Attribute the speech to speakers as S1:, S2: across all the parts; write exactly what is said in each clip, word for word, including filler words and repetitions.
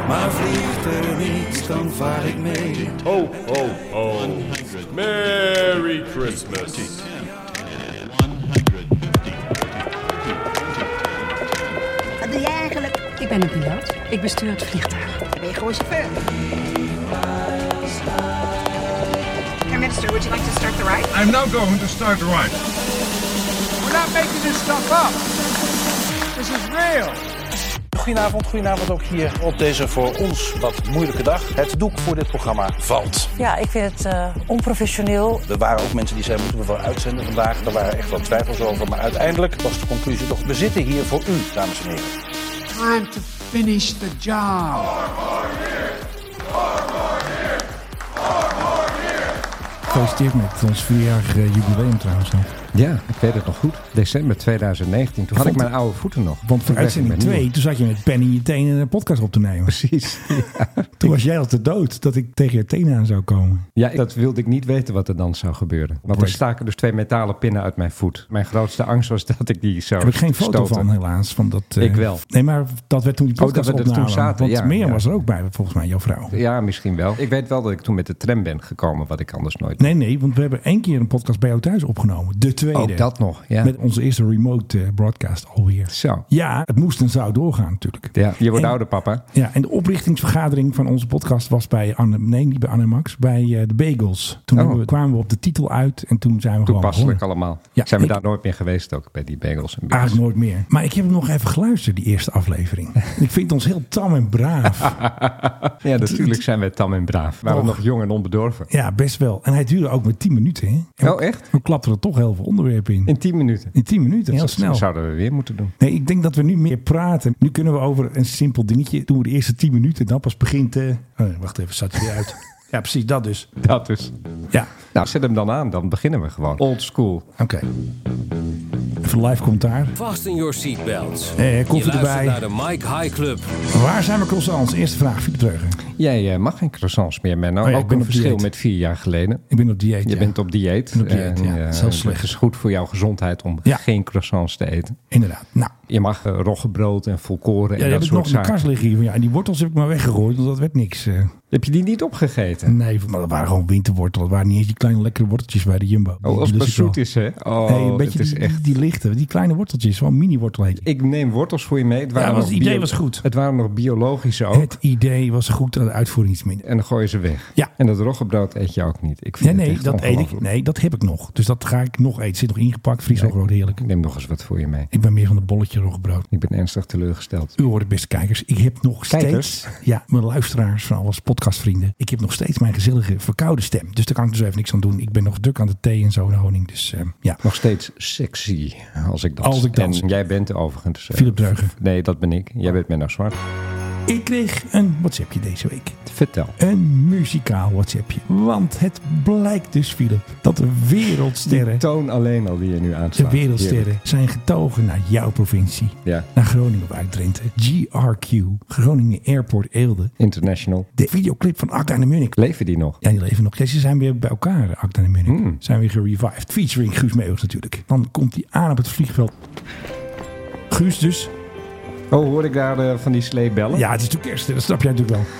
S1: maar vliegt er niets, dan vaar ik mee.
S2: Ho, ho, ho. Merry Christmas.
S3: Wat doe jij eigenlijk?
S4: Ik ben een piloot. Ik bestuur het vliegtuig.
S3: Ben je gewoon chauffeur? Prime Minister, would you like to start the ride?
S5: I'm now going to start the ride. We're not making this stuff up. This is real.
S6: Goedenavond, goedenavond ook hier op deze voor ons wat moeilijke dag. Het doek voor dit programma valt.
S7: Ja, ik vind het uh, onprofessioneel.
S6: Er waren ook mensen die zeiden, moeten we wel uitzenden vandaag? Er waren echt wel twijfels over, maar uiteindelijk was de conclusie toch, we zitten hier voor u, dames en heren.
S5: Time to finish the job.
S8: Gefeliciteerd met ons vierjarig jubileum trouwens nog.
S9: Ja, ik weet het nog goed. December twintig negentien. Toen had ik mijn oude voeten nog.
S8: Want voor uitzending twee, toen zat je met pen in je tenen een podcast op te nemen.
S9: Precies. Ja.
S8: Toen was jij al te dood dat ik tegen je tenen aan zou komen.
S9: Ja, dat wilde ik niet weten wat er dan zou gebeuren. Want er staken dus twee metalen pinnen uit mijn voet. Mijn grootste angst was dat ik die zou
S8: Heb ik geen foto
S9: stoten.
S8: van helaas. Van dat, uh,
S9: ik wel.
S8: Nee, maar dat werd toen die podcast
S9: oh, dat we
S8: opnamen.
S9: Toen zaten,
S8: want
S9: ja,
S8: Mirjam
S9: ja.
S8: was er ook bij, volgens mij, jouw vrouw.
S9: Ja, misschien wel. Ik weet wel dat ik toen met de tram ben gekomen, wat ik anders nooit...
S8: Nee, nee, want we hebben één keer een podcast bij jou thuis opgenomen. De tweede.
S9: Ook dat nog, ja.
S8: Met onze eerste remote uh, broadcast alweer.
S9: Zo.
S8: Ja, het moest en zou doorgaan natuurlijk.
S9: Ja, je wordt
S8: en,
S9: ouder, papa.
S8: Ja, en de oprichtingsvergadering van onze podcast was bij Anne, nee, niet bij Anne Max, bij uh, de Bagels. Toen
S9: oh.
S8: we, kwamen we op de titel uit en toen zijn we
S9: Toepasselijk
S8: gewoon
S9: allemaal.
S8: Ja,
S9: zijn we
S8: ik,
S9: daar nooit meer geweest ook, bij die Bagels en Bagels?
S8: Eigenlijk nooit meer. Maar ik heb hem nog even geluisterd, die eerste aflevering. Ik vind ons heel tam en braaf.
S9: Ja, natuurlijk zijn wij tam en braaf. We waren
S8: Och.
S9: nog jong en onbedorven.
S8: Ja, best wel. En hij duurde ook maar tien minuten. Hè? En
S9: oh, echt?
S8: We klapten er toch heel veel onderwerpen in.
S9: In tien minuten?
S8: In tien minuten, heel snel.
S9: Dat zouden we weer moeten doen.
S8: Nee, ik denk dat we nu meer praten. Nu kunnen we over een simpel dingetje. Doen we de eerste tien minuten. Dan pas begint... Uh... Oh, wacht even, zat hij weer uit. Ja, precies, dat dus.
S9: Dat dus.
S8: Ja.
S9: Nou, zet hem dan aan. Dan beginnen we gewoon. Old school.
S8: Oké. Okay. Even live commentaar.
S10: Fasten your seatbelts.
S8: Eh, koffie
S10: Je
S8: erbij.
S10: naar de Mike High Club.
S8: Waar zijn we croissants? Eerste vraag, Philip Dreugen.
S9: Jij uh, mag geen croissants meer, Menno. Oh ja, ook een verschil dieet. Met vier jaar geleden.
S8: Ik ben op dieet,
S9: Je
S8: ja.
S9: bent op dieet.
S8: Op dieet,
S9: en,
S8: ja.
S9: uh,
S8: Dat is heel slecht.
S9: Het is goed voor jouw gezondheid om ja. geen croissants te eten.
S8: Inderdaad. Nou.
S9: Je mag uh, roggebrood en volkoren
S8: ja,
S9: en dat soort
S8: zaken. Ja, heb ik nog in de
S9: zaken.
S8: kast liggen hier. Ja, en die wortels heb ik maar weggegooid, want dat werd niks. Uh.
S9: Heb je die niet opgegeten?
S8: Nee, maar dat waren gewoon winterwortels. Dat waren niet eens die kleine lekkere worteltjes bij de Jumbo.
S9: Oh, als het maar zoet is, hè? Oh,
S8: nee, een beetje
S9: het is
S8: die,
S9: echt...
S8: die lichte, die kleine worteltjes. Gewoon mini-wortel heet.
S9: Ik neem wortels voor je mee. Het, waren
S8: ja,
S9: nog
S8: het idee
S9: bio...
S8: was goed.
S9: Het waren nog biologische ook.
S8: Het idee was goed, de uitvoering iets minder.
S9: En dan gooi je ze weg.
S8: Ja.
S9: En dat roggebrood eet je ook niet. Ik vind
S8: nee, nee,
S9: het
S8: dat eet ik. Nee, dat heb ik nog. Dus dat ga ik nog eten. Zit nog ingepakt. Friesroggebrood, heerlijk.
S9: Ik neem nog eens wat voor je mee.
S8: Ik ben meer van de bolletje roggebrood.
S9: Ik ben ernstig teleurgesteld.
S8: U hoort het, beste kijkers. Ik heb nog
S9: kijkers?
S8: steeds... Ja, mijn luisteraars van alles podcastvrienden. Ik heb nog steeds mijn gezellige verkoude stem. Dus daar kan ik dus even niks aan doen. Ik ben nog druk aan de thee en zo en honing. Dus uh, ja.
S9: Nog steeds sexy als ik dans.
S8: Als ik dans.
S9: En jij bent overigens... Uh,
S8: Philip Dreugen.
S9: Nee, dat ben ik. Jij bent Menno Zwart.
S8: Ik kreeg een WhatsAppje deze week.
S9: Vertel.
S8: Een muzikaal WhatsAppje. Want het blijkt dus, Philip, dat de wereldsterren...
S9: Die toon alleen al die je nu aanslaat.
S8: De wereldsterren Heerlijk. Zijn getogen naar jouw provincie.
S9: Ja.
S8: Naar Groningen of uit Drenthe. G R Q. Groningen Airport Eelde.
S9: International.
S8: De videoclip van Akda en Munnik.
S9: Leven die nog?
S8: Ja, die leven nog. Ja, ze zijn weer bij elkaar, Akda en Munnik.
S9: Mm.
S8: Zijn weer gerevived. Featuring Guus Meeuwis natuurlijk. Dan komt hij aan op het vliegveld. Guus dus...
S9: Oh, hoor ik daar uh, van die slee bellen?
S8: Ja, het is natuurlijk kerst, dat snap jij natuurlijk wel.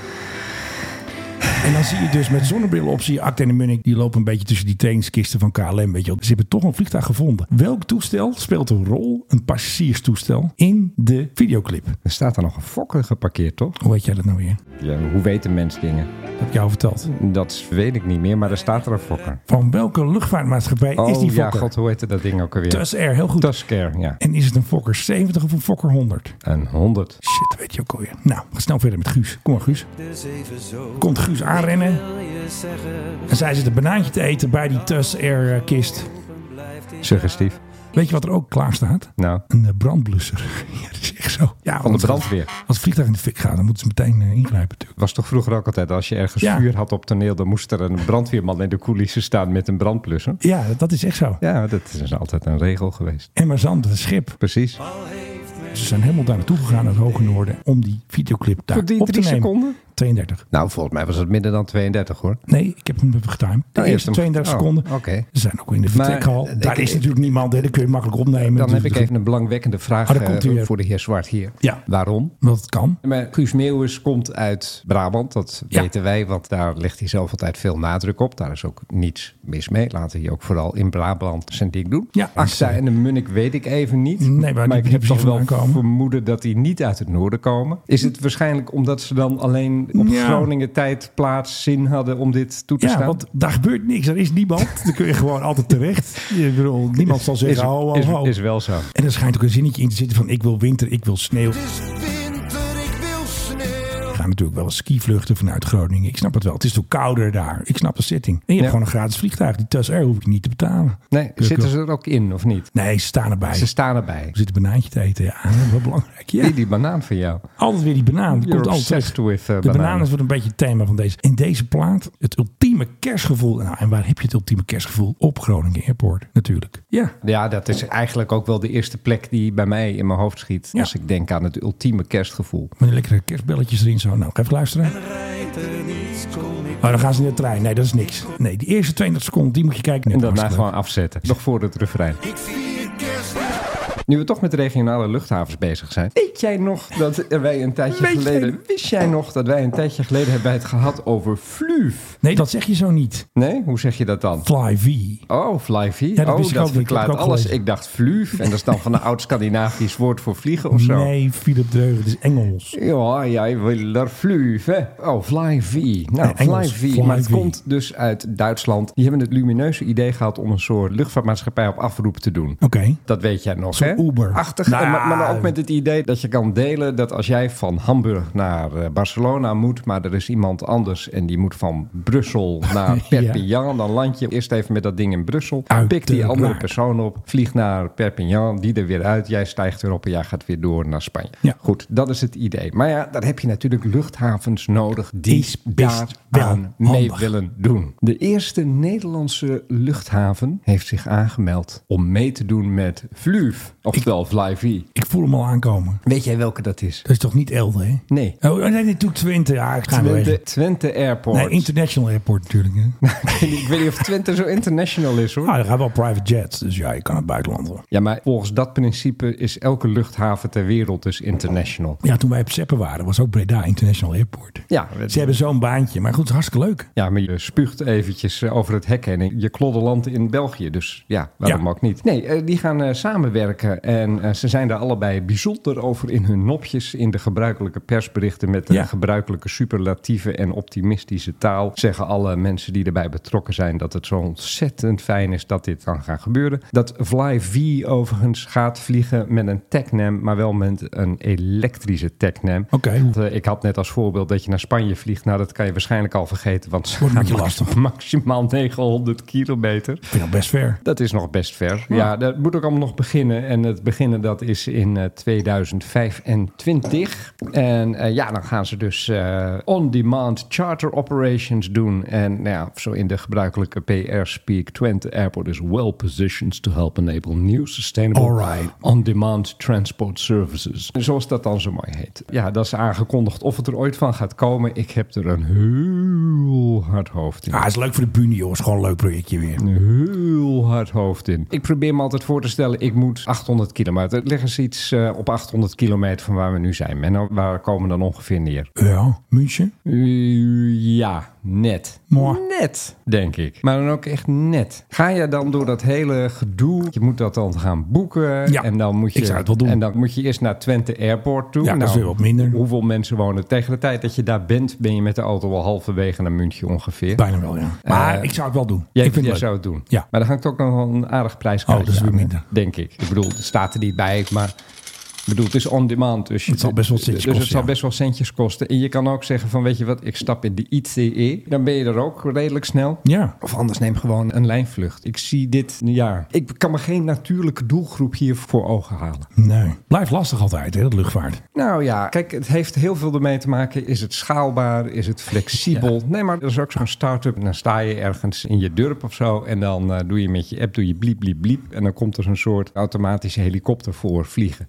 S8: En dan zie je dus met zonnebril op, zie je Akda en Munnik. Die lopen een beetje tussen die trainingskisten van K L M. Weet je. Ze hebben toch een vliegtuig gevonden. Welk toestel speelt een rol, een passagierstoestel, in de videoclip?
S9: Er staat er nog een Fokker geparkeerd, toch?
S8: Hoe weet jij dat nou weer?
S9: Ja, hoe weten mensen dingen?
S8: Dat heb ik jou verteld.
S9: Dat weet ik niet meer, maar er staat er een Fokker.
S8: Van welke luchtvaartmaatschappij
S9: oh,
S8: is die Fokker?
S9: Ja, god, hoe heette dat ding ook alweer?
S8: TUS Air, heel goed.
S9: TUS Air, ja.
S8: En is het een Fokker zeventig of een Fokker honderd?
S9: Een honderd.
S8: Shit, dat weet je ook alweer. Nou, we gaan snel verder met Guus. Kom maar, Guus. Komt Guus aanrennen. En zij zit een banaantje te eten bij die TUS Air kist.
S9: Suggestief.
S8: Weet je wat er ook klaar staat?
S9: Nou.
S8: Een brandblusser. Ja, dat is echt zo. Ja,
S9: van de brandweer.
S8: Als het vliegtuig in de fik gaat, dan moeten ze meteen uh, ingrijpen natuurlijk.
S9: Het was toch vroeger ook altijd, als je ergens ja. vuur had op toneel, dan moest er een brandweerman in de coulissen staan met een brandblusser.
S8: Ja, dat is echt zo.
S9: Ja, dat is altijd een regel geweest.
S8: En maar zand, het schip.
S9: Precies.
S8: Ze zijn helemaal daar naartoe gegaan, naar het Hoge Noorden, om die videoclip daar
S9: Voor die
S8: op te
S9: drie
S8: nemen.
S9: seconden?
S8: tweeëndertig.
S9: Nou, volgens mij was het minder dan tweeëndertig hoor.
S8: Nee, ik heb hem even getimed. De
S9: Oh,
S8: eerste
S9: hem...
S8: tweeëndertig
S9: oh,
S8: seconden.
S9: Oké. Okay.
S8: Ze zijn ook in de vertrekhal.
S9: Maar,
S8: Daar
S9: ik,
S8: is natuurlijk niemand. Hè. Dat kun je makkelijk opnemen.
S9: Dan
S8: dus
S9: heb ik even een belangwekkende vraag
S8: oh,
S9: uh, voor de heer Zwart hier.
S8: Ja.
S9: Waarom?
S8: Want het kan.
S9: Maar Guus Meeuwis komt uit Brabant. Dat
S8: ja.
S9: weten wij, want daar legt hij zelf altijd veel nadruk op. Daar is ook niets mis mee. Laten we ook vooral in Brabant zijn ding doen.
S8: Ja,
S9: Acta en de Munnik weet ik even niet.
S8: Nee, maar,
S9: maar ik heb toch wel
S8: komen.
S9: vermoeden dat die niet uit het noorden komen. Is het waarschijnlijk omdat ze dan alleen op
S8: ja.
S9: Groningen tijd, plaats, zin hadden om dit toe te
S8: ja,
S9: staan?
S8: Ja, want daar gebeurt niks. Er is niemand. Dan kun je gewoon altijd terecht. Je bedoel, niemand zal zeggen,
S9: is,
S8: ho, ho,
S9: is,
S8: ho.
S9: Is wel zo.
S8: En er schijnt ook een zinnetje in te zitten van ik wil winter, ik wil sneeuw. Er gaan natuurlijk wel eens skivluchten vanuit Groningen. Ik snap het wel. Het is toch kouder daar. Ik snap de zitting. En je hebt
S9: ja.
S8: gewoon een gratis vliegtuig. Die T S R hoef je niet te betalen.
S9: Nee, zitten ze er ook in of niet?
S8: Nee, ze staan erbij.
S9: Ze staan erbij.
S8: We zitten een banaantje te eten. Ja, dat is wel belangrijk. Ja.
S9: Die, die banaan van jou.
S8: Altijd weer die banaan. Die komt altijd terug.
S9: With, uh,
S8: de banaan is wordt een beetje het thema van deze. In deze plaat, het ultieme kerstgevoel. Nou, en waar heb je het ultieme kerstgevoel? Op Groningen Airport, natuurlijk. Ja.
S9: Ja, dat is eigenlijk ook wel de eerste plek die bij mij in mijn hoofd schiet. Ja. Als ik denk aan het ultieme kerstgevoel.
S8: Met een lekkere kerstbelletjes erin zo. Nou, even luisteren. Oh, dan gaan ze in de trein. Nee, dat is niks. Nee, die eerste tweeëndertig seconden, die moet je kijken.
S9: En daarna gewoon afzetten. Nog voor het refrein. Ik vier kerst. Nu we toch met de regionale luchthavens bezig zijn. Weet jij nog dat wij een tijdje Weet geleden... Jij... Wist jij nog dat wij een tijdje geleden hebben het gehad over Fluv?
S8: Nee, dat zeg je zo niet.
S9: Nee? Hoe zeg je dat dan?
S8: Fly-V.
S9: Oh, Fly-V?
S8: Ja, dat
S9: oh, dat verklaart alles.
S8: Gelezen.
S9: Ik dacht Fluv. En dat is dan van een oud-Scandinavisch woord voor vliegen of zo.
S8: Nee, Philip Dreugen, het is Engels.
S9: Ja, jij wil er Fluv, hè? Oh, Fly-V. Nou, nee, Fly-V. Maar het komt dus uit Duitsland. Die hebben het lumineuze idee gehad om een soort luchtvaartmaatschappij op afroep te doen.
S8: Oké. Okay.
S9: Dat weet jij nog,
S8: zo
S9: hè?
S8: Uber.
S9: Achtig, nou, maar, maar ook met het idee dat je kan delen dat als jij van Hamburg naar uh, Barcelona moet, maar er is iemand anders en die moet van Brussel naar Perpignan, ja. Dan land je eerst even met dat ding in Brussel, pikt die andere persoon op, vliegt naar Perpignan, die er weer uit, jij stijgt weer op en jij gaat weer door naar Spanje. Ja. Goed, dat is het idee. Maar ja, daar heb je natuurlijk luchthavens nodig die daar aan mee willen doen. De eerste Nederlandse luchthaven heeft zich aangemeld om mee te doen met Fluv, oftewel Fly-V.
S8: Ik voel hem al aankomen.
S9: Weet jij welke dat is?
S8: Dat is toch niet Elde, hè?
S9: Nee.
S8: Oh, nee, nee, doe Twente. Ja, ik ga
S9: Twente, Twente Airport.
S8: Nee, International Airport natuurlijk. Hè?
S9: ik, weet niet, ik weet niet of Twente zo international is, hoor.
S8: Ah, er gaan wel private jets, dus ja, je kan het buitenland hoor.
S9: Ja, maar volgens dat principe is elke luchthaven ter wereld dus international.
S8: Ja, toen wij op Zeppen waren, was ook Breda International Airport.
S9: Ja.
S8: Ze hebben zo'n baantje, maar goed, het is hartstikke leuk.
S9: Ja, maar je spuugt eventjes over het hek heen en je klodderlandt in België. Dus ja, waarom ja. ook niet? Nee, die gaan uh, samenwerken en uh, ze zijn daar allebei bijzonder over in hun nopjes. In de gebruikelijke persberichten met de ja. gebruikelijke superlatieve en optimistische taal zeggen alle mensen die erbij betrokken zijn dat het zo ontzettend fijn is dat dit kan gaan gebeuren. Dat Fly-V overigens gaat vliegen met een TecNam, maar wel met een elektrische TecNam.
S8: Oké.
S9: Okay. Uh, ik had net als voorbeeld dat je naar Spanje vliegt. Nou, dat kan je waarschijnlijk al vergeten, want ze
S8: wordt
S9: gaan
S8: lastig.
S9: maximaal negenhonderd kilometer.
S8: Dat is nog best ver.
S9: Dat is nog best ver. Ja, ja dat moet ook allemaal nog beginnen. En het beginnen dat is in uh, tweeduizend vijfentwintig. En uh, ja, dan gaan ze dus uh, on-demand charter operations doen. En nou ja, zo in de gebruikelijke P R-speak, Twente Airport is well positioned to help enable new sustainable
S8: right.
S9: on-demand transport services. Zoals dat dan zo mooi heet. Ja, dat is aangekondigd. Of het er ooit van gaat komen, ik heb er een heel hard hoofd in.
S8: Ja, ah, is leuk voor de bühne, joh. Is gewoon een leuk projectje weer.
S9: Een heel hard hoofd in. Ik probeer me altijd voor te stellen, ik moet achthonderd kilometer. Het ligt eens iets uh, op achthonderd kilometer van waar we nu zijn. En waar komen we dan ongeveer neer?
S8: Ja, München?
S9: Uh, ja, net.
S8: Mooi.
S9: Net, denk ik. Maar dan ook echt net. Ga je dan door dat hele gedoe, je moet dat dan gaan boeken.
S8: Ja,
S9: en dan moet je,
S8: ik zou het wel doen.
S9: En dan moet je eerst naar Twente Airport toe.
S8: Ja,
S9: nou,
S8: dat is weer wat minder.
S9: Hoeveel mensen wonen? Tegen de tijd dat je daar bent, ben je met de auto al halverwege naar München ongeveer.
S8: Bijna wel, ja. Maar uh, ik zou het wel doen.
S9: Jij,
S8: ik vind
S9: jij
S8: het
S9: zou het doen.
S8: Ja.
S9: Maar dan hangt ook nog wel een aardig prijskaartje.
S8: Oh, dat is weer minder.
S9: Denk ik. Ik bedoel, het staat er niet bij, maar ik bedoel, het is on demand. Dus,
S8: het zal best wel centjes
S9: dus
S8: kosten.
S9: het zal
S8: ja.
S9: best wel centjes kosten. En je kan ook zeggen van, weet je wat, ik stap in de I C E. Dan ben je er ook redelijk snel.
S8: Ja.
S9: Of anders neem gewoon een lijnvlucht. Ik zie dit, ja. Ik kan me geen natuurlijke doelgroep hier voor ogen halen.
S8: Nee. Blijft lastig altijd, hè, dat luchtvaart.
S9: Nou ja, kijk, het heeft heel veel ermee te maken. Is het schaalbaar? Is het flexibel? Ja. Nee, maar er is ook zo'n start-up. En dan sta je ergens in je dorp of zo. En dan uh, doe je met je app, doe je bliep, bliep, bliep. En dan komt er zo'n soort automatische helikopter voor vliegen.
S8: Ja.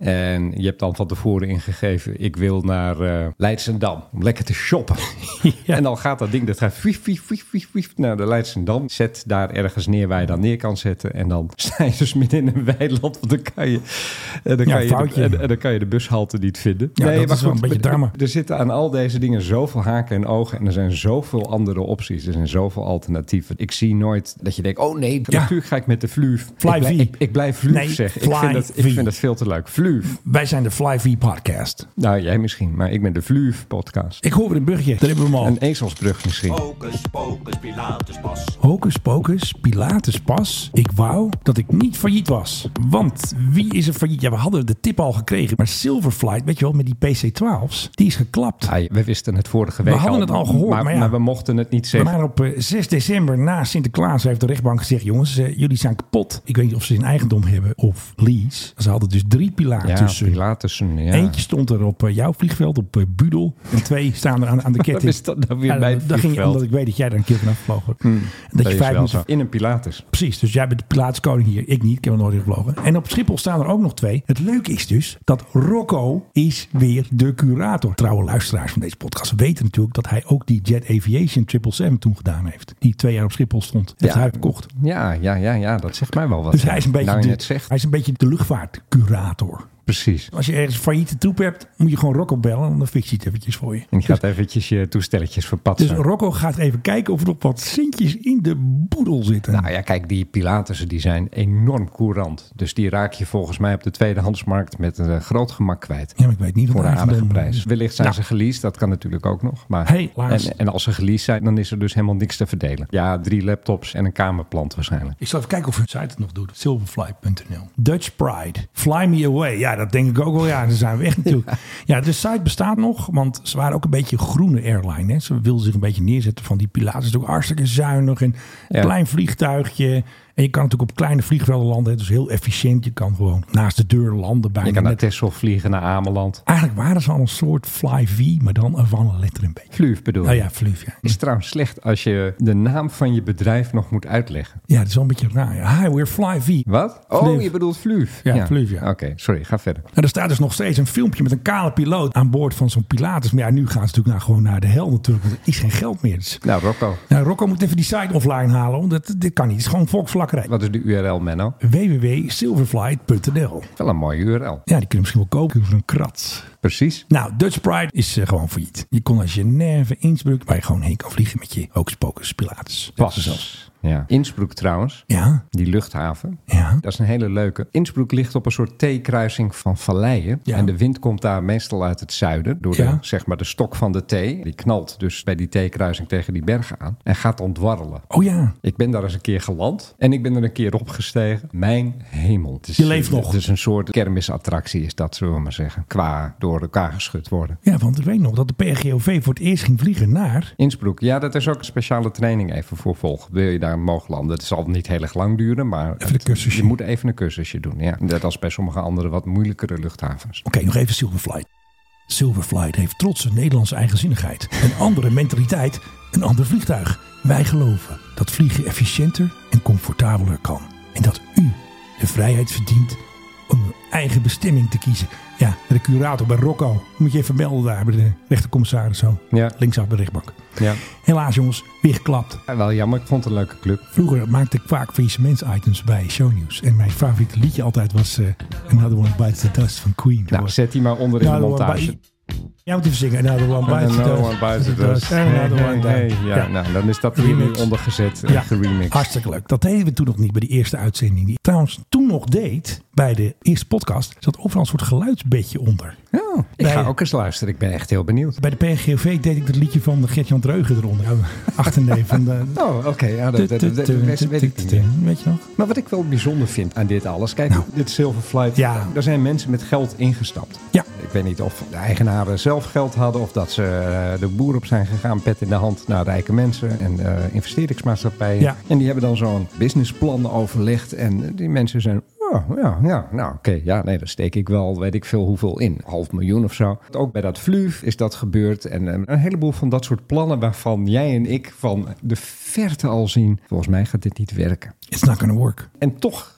S9: En je hebt dan van tevoren ingegeven, ik wil naar uh, Leidschendam om lekker te shoppen. Ja. En dan gaat dat ding, dat gaat wief, wief, wief, wief, wief naar de Leidschendam. Zet daar ergens neer waar je dan neer kan zetten. En dan sta je dus midden in een weiland, want dan kan je, dan kan, ja, je, de, en, en dan kan je de bushalte niet vinden.
S8: Ja, nee, dat maar is goed, wel een beetje drama.
S9: Er zitten aan al deze dingen zoveel haken en ogen. En er zijn zoveel andere opties. Er zijn zoveel alternatieven. Ik zie nooit dat je denkt, oh nee, ja. natuurlijk ga ik met de Vluuf.
S8: Fly
S9: ik, blij, ik, ik blijf Vluuf
S8: nee,
S9: zeggen. Ik vind, dat, ik vind dat veel te leuk. Vluuf.
S8: Wij zijn de Fly V podcast.
S9: Nou, jij misschien, maar ik ben de Vluuf podcast.
S8: Ik hoor weer een brugje. Daar hebben we hem al.
S9: Een ezelsbrug misschien.
S1: Hocus pocus Pilatuspas.
S8: Hocus pocus Pilatuspas. Ik wou dat ik niet failliet was. Want wie is er failliet? Ja, we hadden de tip al gekregen. Maar Silverflight, weet je wel, met die P C twaalf's, die is geklapt.
S9: Ah, we wisten het vorige week
S8: We hadden
S9: al,
S8: het al gehoord,
S9: maar,
S8: maar, ja,
S9: maar we mochten het niet zeggen.
S8: Maar op uh, zes december na Sinterklaas heeft de rechtbank gezegd, jongens, uh, jullie zijn kapot. Ik weet niet of ze in eigendom hebben of lease. Ze hadden dus drie Pilatussen.
S9: Ja, Pilatussen, ja.
S8: Eentje stond er op uh, jouw vliegveld, op uh, Budel. En twee staan er aan, aan de ketting.
S9: Wat is dat nou weer
S8: ja,
S9: bij het
S8: dat ging
S9: vliegveld?
S8: omdat ik weet dat jij daar een keer vanaf gevlogen.
S9: Hmm,
S8: dat,
S9: dat
S8: je vijf minuten...
S9: In een Pilatus.
S8: Precies, dus jij bent de Pilaatuskoning hier. Ik niet, ik heb nog nooit gevlogen. En op Schiphol staan er ook nog twee. Het leuke is dus dat Rocco is weer de curator. Trouwe luisteraars van deze podcast weten natuurlijk dat hij ook die Jet Aviation zeven zeven zeven toen gedaan heeft. Die twee jaar op Schiphol stond. Dat
S9: Ja.
S8: hij verkocht.
S9: Ja, ja, ja, ja, dat zegt mij wel wat.
S8: Dus hij is een beetje,
S9: nou, je
S8: de,
S9: het zegt.
S8: hij is een beetje de luchtvaartcurator.
S9: Precies.
S8: Als je ergens een failliete troep hebt, moet je gewoon Rocco bellen. En dan fix je het eventjes voor je.
S9: En je gaat eventjes je toestelletjes verpatsen.
S8: Dus Rocco gaat even kijken of er nog wat centjes in de boedel zitten.
S9: Nou ja, kijk, die Pilatussen die zijn enorm courant. Dus die raak je volgens mij op de tweedehandsmarkt met een groot gemak kwijt.
S8: Ja, maar ik weet niet
S9: voor
S8: wat
S9: een aardige
S8: eigendom
S9: prijs. Wellicht zijn
S8: Nou.
S9: ze geleased, dat kan natuurlijk ook nog. Maar
S8: Hey, Lars.
S9: en, en als ze geleased zijn, dan is er dus helemaal niks te verdelen. Ja, drie laptops en een kamerplant waarschijnlijk.
S8: Ik zal even kijken of hun site het nog doet. silverfly punt n l. Dutch Pride. Fly me away. Ja, dat denk ik ook wel. Ja, dan zijn we echt natuurlijk. Ja, de site bestaat nog, want ze waren ook een beetje een groene airline. Hè. Ze wilden zich een beetje neerzetten van die Pilatus. Het is ook hartstikke zuinig en een
S9: Ja.
S8: klein vliegtuigje. En je kan natuurlijk op kleine vliegvelden landen. Het is heel efficiënt. Je kan gewoon naast de deur landen. Bijna
S9: Je kan naar
S8: net.
S9: Texel vliegen, naar Ameland.
S8: Eigenlijk waren ze al een soort Fly V, maar dan van een letter een beetje.
S9: Vluuf bedoel je?
S8: Nou ja, Vluuf, ja.
S9: Het is trouwens slecht als je de naam van je bedrijf nog moet uitleggen.
S8: Ja, dat is wel een beetje raar. Ja. Hi, we're Fly V.
S9: Wat? Oh,
S8: Vluuf.
S9: je bedoelt Vluuf.
S8: Ja, Vluuf, ja.
S9: Oké, sorry, ga verder.
S8: En er staat dus nog steeds een filmpje met een kale piloot aan boord van zo'n Pilatus. Maar ja, nu gaan ze natuurlijk naar, gewoon naar de hel natuurlijk. Want er is geen geld meer. Dus,
S9: Nou, Rocco,
S8: nou, Rocco moet even die site offline halen. Want dat, dit kan niet. Het is gewoon volksvlakkerij.
S9: wat is de U R L, Menno?
S8: w w w punt silverflight punt n l.
S9: Wel een mooie U R L.
S8: Ja, die kun je misschien wel kopen voor een krat.
S9: Precies.
S8: Nou, Dutch Pride is uh, gewoon failliet. Je kon als Genève, Innsbruck, waar je gewoon heen kan vliegen met je Hocus Pocus Pilatus.
S9: Pas. Ja. Innsbruck trouwens,
S8: Ja,
S9: die luchthaven,
S8: ja.
S9: dat is een hele leuke. Innsbruck ligt op een soort T-kruising van valleien.
S8: Ja.
S9: En de wind komt daar meestal uit het zuiden. Door de,
S8: Ja.
S9: zeg maar de stok van de T. Die knalt dus bij die T-kruising tegen die bergen aan. En gaat dan dwarrelen.
S8: Oh ja.
S9: Ik ben daar eens een keer geland. En ik ben er een keer opgestegen. Mijn hemel. Het is,
S8: Je leeft nog.
S9: Het is een soort kermisattractie is dat, zullen we maar zeggen. Qua door elkaar geschud worden.
S8: Ja, want ik weet nog dat de P R G O V voor het eerst ging vliegen naar...
S9: Innsbruck, ja, dat is ook een speciale training even voor volgen. Wil je daar mogen landen? Het zal niet heel erg lang duren, maar
S8: Even een cursusje.
S9: je moet even een cursusje doen. Ja. Net als bij sommige andere wat moeilijkere luchthavens.
S8: Oké, nog even Silverflight. Silverflight heeft trotse Nederlandse eigenzinnigheid. Een andere mentaliteit, een ander vliegtuig. Wij geloven dat vliegen efficiënter en comfortabeler kan. En dat u de vrijheid verdient om uw eigen bestemming te kiezen. Ja, de curator bij Rocco. Moet je even melden daar bij de rechtercommissaris zo.
S9: Ja.
S8: Linksaf bij de rechtbank.
S9: Ja.
S8: Helaas jongens, weer geklapt.
S9: Ja, wel jammer, ik vond het een leuke club.
S8: Vroeger maakte ik vaak faillissements-items bij shownieuws. En mijn favoriete liedje altijd was uh, Another One Bites the Dust van Queen.
S9: Nou, zet die maar onder in de
S8: Another one
S9: montage.
S8: bi- Jij moet even zingen. Another One Bites the
S9: Another
S8: Dust.
S9: one bites the dust.
S8: Another one
S9: Hey,
S8: down.
S9: ja,
S8: Ja.
S9: nou, dan is dat er nu
S8: Remix.
S9: ondergezet en
S8: Ja,
S9: geremixed.
S8: hartstikke leuk. Dat deden we toen nog niet bij die eerste uitzending. Die ik trouwens toen nog deed bij de eerste podcast. Zat overal een soort geluidsbedje onder.
S9: Oh, ik
S8: Bij-
S9: ga ook eens luisteren. Ik ben echt heel benieuwd.
S8: Bij de P R G O V deed ik het liedje van Gert-Jan Dreugen eronder. Achterneef van de...
S9: Oh, oké. Ja, dat, dat, dat, dat weet ik niet meer.
S8: Weet je nog?
S9: Maar wat ik wel bijzonder vind aan dit alles. Kijk, dit Silverflight.
S8: Ja.
S9: Daar zijn mensen met geld ingestapt.
S8: Ja.
S9: Ik weet niet of de eigenaren zelf geld hadden. Of dat ze uh, de boer op zijn gegaan. Pet in de hand naar rijke mensen. En uh, investeringsmaatschappijen.
S8: Ja.
S9: En die hebben dan zo'n businessplan overlegd. En die mensen zijn... Oh, ja, ja, nou oké. Okay. Ja, nee, daar steek ik wel, weet ik veel hoeveel in. Half miljoen of zo. Ook bij dat Vluuf is dat gebeurd. En um, een heleboel van dat soort plannen waarvan jij en ik van de verte al zien. Volgens mij gaat dit niet werken.
S8: It's not gonna work.
S9: En toch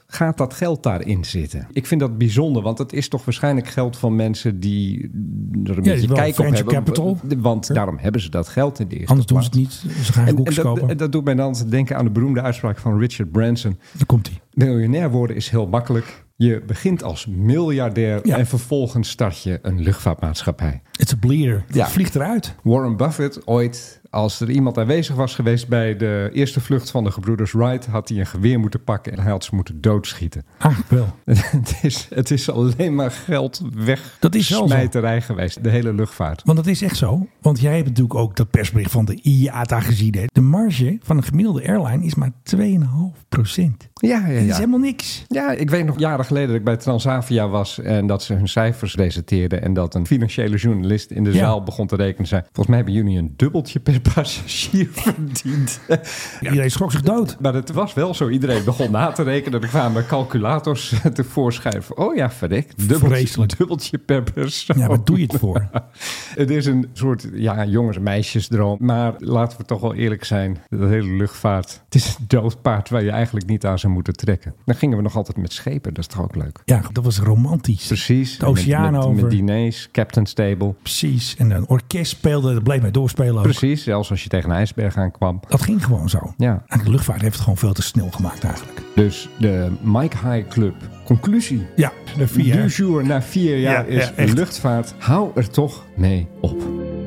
S9: gaat dat geld daarin zitten? Ik vind dat bijzonder, want het is toch waarschijnlijk geld van mensen die er een
S8: Ja,
S9: beetje
S8: wel
S9: kijk op
S8: venture
S9: hebben.
S8: capital.
S9: Want
S8: Ja.
S9: daarom hebben ze dat geld in de eerste
S8: Anders doen ze
S9: plaats.
S8: het niet. Ze gaan
S9: En,
S8: boekjes
S9: en dat,
S8: kopen.
S9: en dat doet mij dan denken aan de beroemde uitspraak van Richard Branson.
S8: Daar komt hij.
S9: Miljonair worden is heel makkelijk. Je begint als miljardair
S8: Ja.
S9: en vervolgens start je een luchtvaartmaatschappij.
S8: Het is een bleeder.
S9: Ja.
S8: Het vliegt eruit.
S9: Warren Buffett ooit, als er iemand aanwezig was geweest bij de eerste vlucht van de gebroeders Wright, had hij een geweer moeten pakken en hij had ze moeten doodschieten.
S8: Ah, wel.
S9: het, is, het is alleen maar geld weg.
S8: Dat is wel zo.
S9: Smijterij geweest, de hele luchtvaart.
S8: Want dat is echt zo. Want jij hebt natuurlijk ook dat persbericht van de I A T A gezien. Hè? De marge van een gemiddelde airline is maar twee komma vijf procent.
S9: Ja, ja,
S8: Dat is
S9: ja.
S8: helemaal niks.
S9: Ja, ik weet nog jaren geleden dat ik bij Transavia was en dat ze hun cijfers presenteerden en dat een financiële journalist in de
S8: Ja.
S9: zaal begon te rekenen. Zei, volgens mij hebben jullie een dubbeltje per passagier verdiend.
S8: Iedereen schrok zich dood.
S9: Maar het was wel zo. Iedereen begon na te rekenen. Er kwamen calculators tevoorschijn. Oh ja, verrek. Dubbeltje,
S8: Vreselijk.
S9: dubbeltje per persoon.
S8: Ja, wat doe je het voor?
S9: Het is een soort ja, jongens- en meisjesdroom. Maar laten we toch wel eerlijk zijn. De hele luchtvaart. Het is een doodpaard waar je eigenlijk niet aan zou moeten trekken. Dan gingen we nog altijd met schepen. Dat is toch ook leuk?
S8: Ja, dat was romantisch.
S9: Precies.
S8: De oceaan
S9: met, met,
S8: over.
S9: met diners, captain's table.
S8: Precies. En een orkest speelde, dat bleef mij doorspelen ook.
S9: Precies. Zelfs als je tegen een ijsberg aankwam.
S8: Dat ging gewoon zo.
S9: Ja.
S8: Eigenlijk de luchtvaart heeft het gewoon veel te snel gemaakt eigenlijk.
S9: Dus de Mike High Club conclusie.
S8: Ja, de vier.
S9: Du jour na vier jaar
S8: Ja,
S9: is
S8: ja, echt.
S9: luchtvaart. Hou er toch mee op.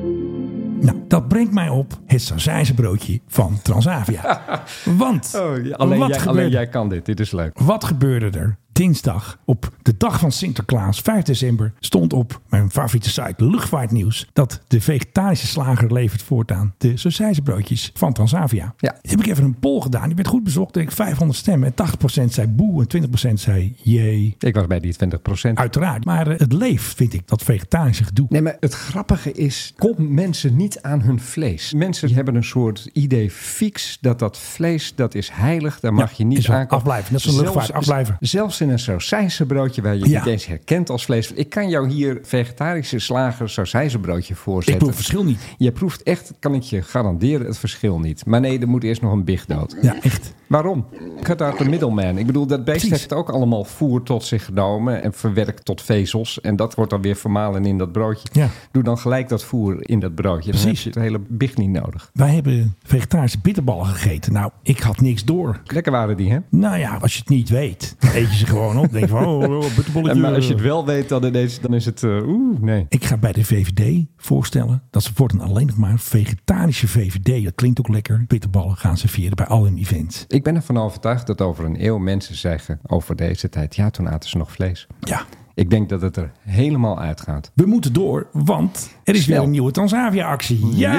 S8: Nou, dat brengt mij op het sausijzenbroodje van Transavia. Want,
S9: Oh, ja, alleen,
S8: wat,
S9: jij,
S8: gebeurde,
S9: alleen jij kan dit. Dit is leuk.
S8: wat gebeurde er dinsdag op de dag van Sinterklaas, vijf december, stond op mijn favoriete site Luchtvaartnieuws dat de vegetarische slager levert voortaan de sausijzenbroodjes van Transavia.
S9: Ja.
S8: Heb ik even een poll gedaan. Die werd goed bezocht. Ik vijfhonderd stemmen. En tachtig procent zei boe en twintig procent zei jee.
S9: Ik was bij die twintig procent.
S8: Uiteraard. Maar eh, het leeft, vind ik, dat vegetarische gedoe.
S9: Nee, maar het grappige is, kom mensen niet aan hun vlees. Mensen die hebben een soort idee fix dat dat vlees, dat is heilig. Daar mag
S8: Ja,
S9: je niet
S8: is wel
S9: aankomen.
S8: afblijven. Dat is een
S9: Zelfs-
S8: luchtvaart, afblijven.
S9: Zelfs in een sausijzenbroodje waar je
S8: Ja.
S9: niet eens herkent als vlees. Ik kan jou hier vegetarische slager sausijzenbroodje
S8: Ik
S9: voorzetten.
S8: proef het verschil niet.
S9: Je proeft echt, kan ik je garanderen, het verschil niet. Maar nee, er moet eerst nog een big dood.
S8: Ja, echt.
S9: Waarom? Cut out the middleman. Ik bedoel, dat beest
S8: Precies.
S9: heeft ook allemaal voer tot zich genomen en verwerkt tot vezels. En dat wordt dan weer vermalen in dat broodje.
S8: Ja.
S9: Doe dan gelijk dat voer in dat broodje. Dan
S8: Precies.
S9: heb je het hele big niet nodig.
S8: Wij hebben vegetarische bitterballen gegeten. Nou, ik had niks door.
S9: Lekker waren die, hè?
S8: Nou ja, als je het niet weet, dan eet je ze gewoon op. Denk je van, oh, oh bitterbolletje.
S9: En maar als je het wel weet, dan, ineens, dan is het... Uh, Oeh, nee.
S8: Ik ga bij de V V D voorstellen dat ze voortaan alleen nog maar vegetarische V V D, dat klinkt ook lekker, bitterballen gaan serveren bij al hun events.
S9: Ik ben ervan overtuigd dat over een eeuw mensen zeggen over deze tijd... Ja, toen aten ze nog vlees.
S8: Ja.
S9: Ik denk dat het er helemaal uitgaat.
S8: We moeten door, want er is
S9: Snel.
S8: weer een nieuwe Transavia-actie. Ja,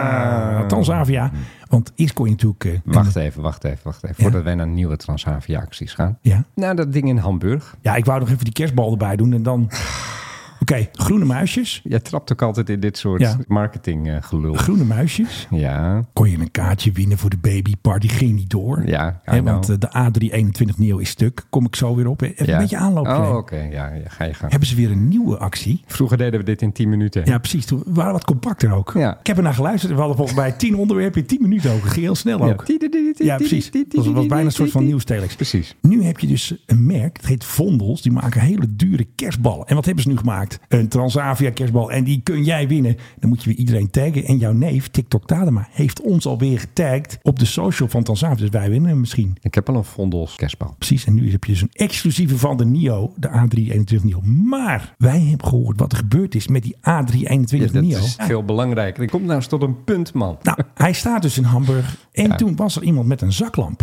S9: Ja.
S8: Transavia. Want eerst kon je natuurlijk... eh,
S9: Wacht
S8: een-
S9: even, wacht even, wacht even.
S8: Ja.
S9: Voordat wij naar nieuwe Transavia-acties gaan.
S8: Ja.
S9: Nou, dat ding in Hamburg.
S8: Ja, ik wou nog even die kerstbal erbij doen en dan... Oké, groene muisjes.
S9: Jij trapt ook altijd in dit soort
S8: Ja.
S9: marketinggelul.
S8: Groene muisjes.
S9: Ja,
S8: Kon je een kaartje winnen voor de babyparty, ging niet door.
S9: ja. I
S8: Hè,
S9: know.
S8: want eh, de A drie eenentwintig Neo is stuk. Kom ik zo weer op. Even
S9: Ja.
S8: een beetje aanloop.
S9: Oh, oké. Ja, ja, ga je gang.
S8: Hebben ze weer een nieuwe actie.
S9: Vroeger deden we dit in tien minuten.
S8: Ja, precies. Toen waren we wat compacter ook.
S9: Ja.
S8: Ik heb er naar geluisterd. We hadden volgens mij tien onderwerpen in tien minuten ook. Het ging heel snel ook. Ja, precies. Het was, was bijna een soort van nieuwstelex.
S9: Precies.
S8: Nu heb je dus een merk, het heet Vondels. Die maken hele dure kerstballen. En wat hebben ze nu gemaakt? Een Transavia kerstbal. En die kun jij winnen. Dan moet je weer iedereen taggen. En jouw neef, TikTok Tadema, heeft ons alweer getagd op de social van Transavia. Dus wij winnen hem misschien.
S9: Ik heb al een Vondels kerstbal.
S8: Precies, en nu heb je dus een exclusieve van de Nio, de A drie eenentwintig Nio. Maar wij hebben gehoord wat er gebeurd is met die A drie eenentwintig
S9: Ja, dat
S8: Nio.
S9: is
S8: Ja.
S9: veel belangrijker. Ik kom nou eens tot een punt, man.
S8: Nou, hij staat dus in Hamburg. En
S9: Ja.
S8: toen was er iemand met een zaklamp.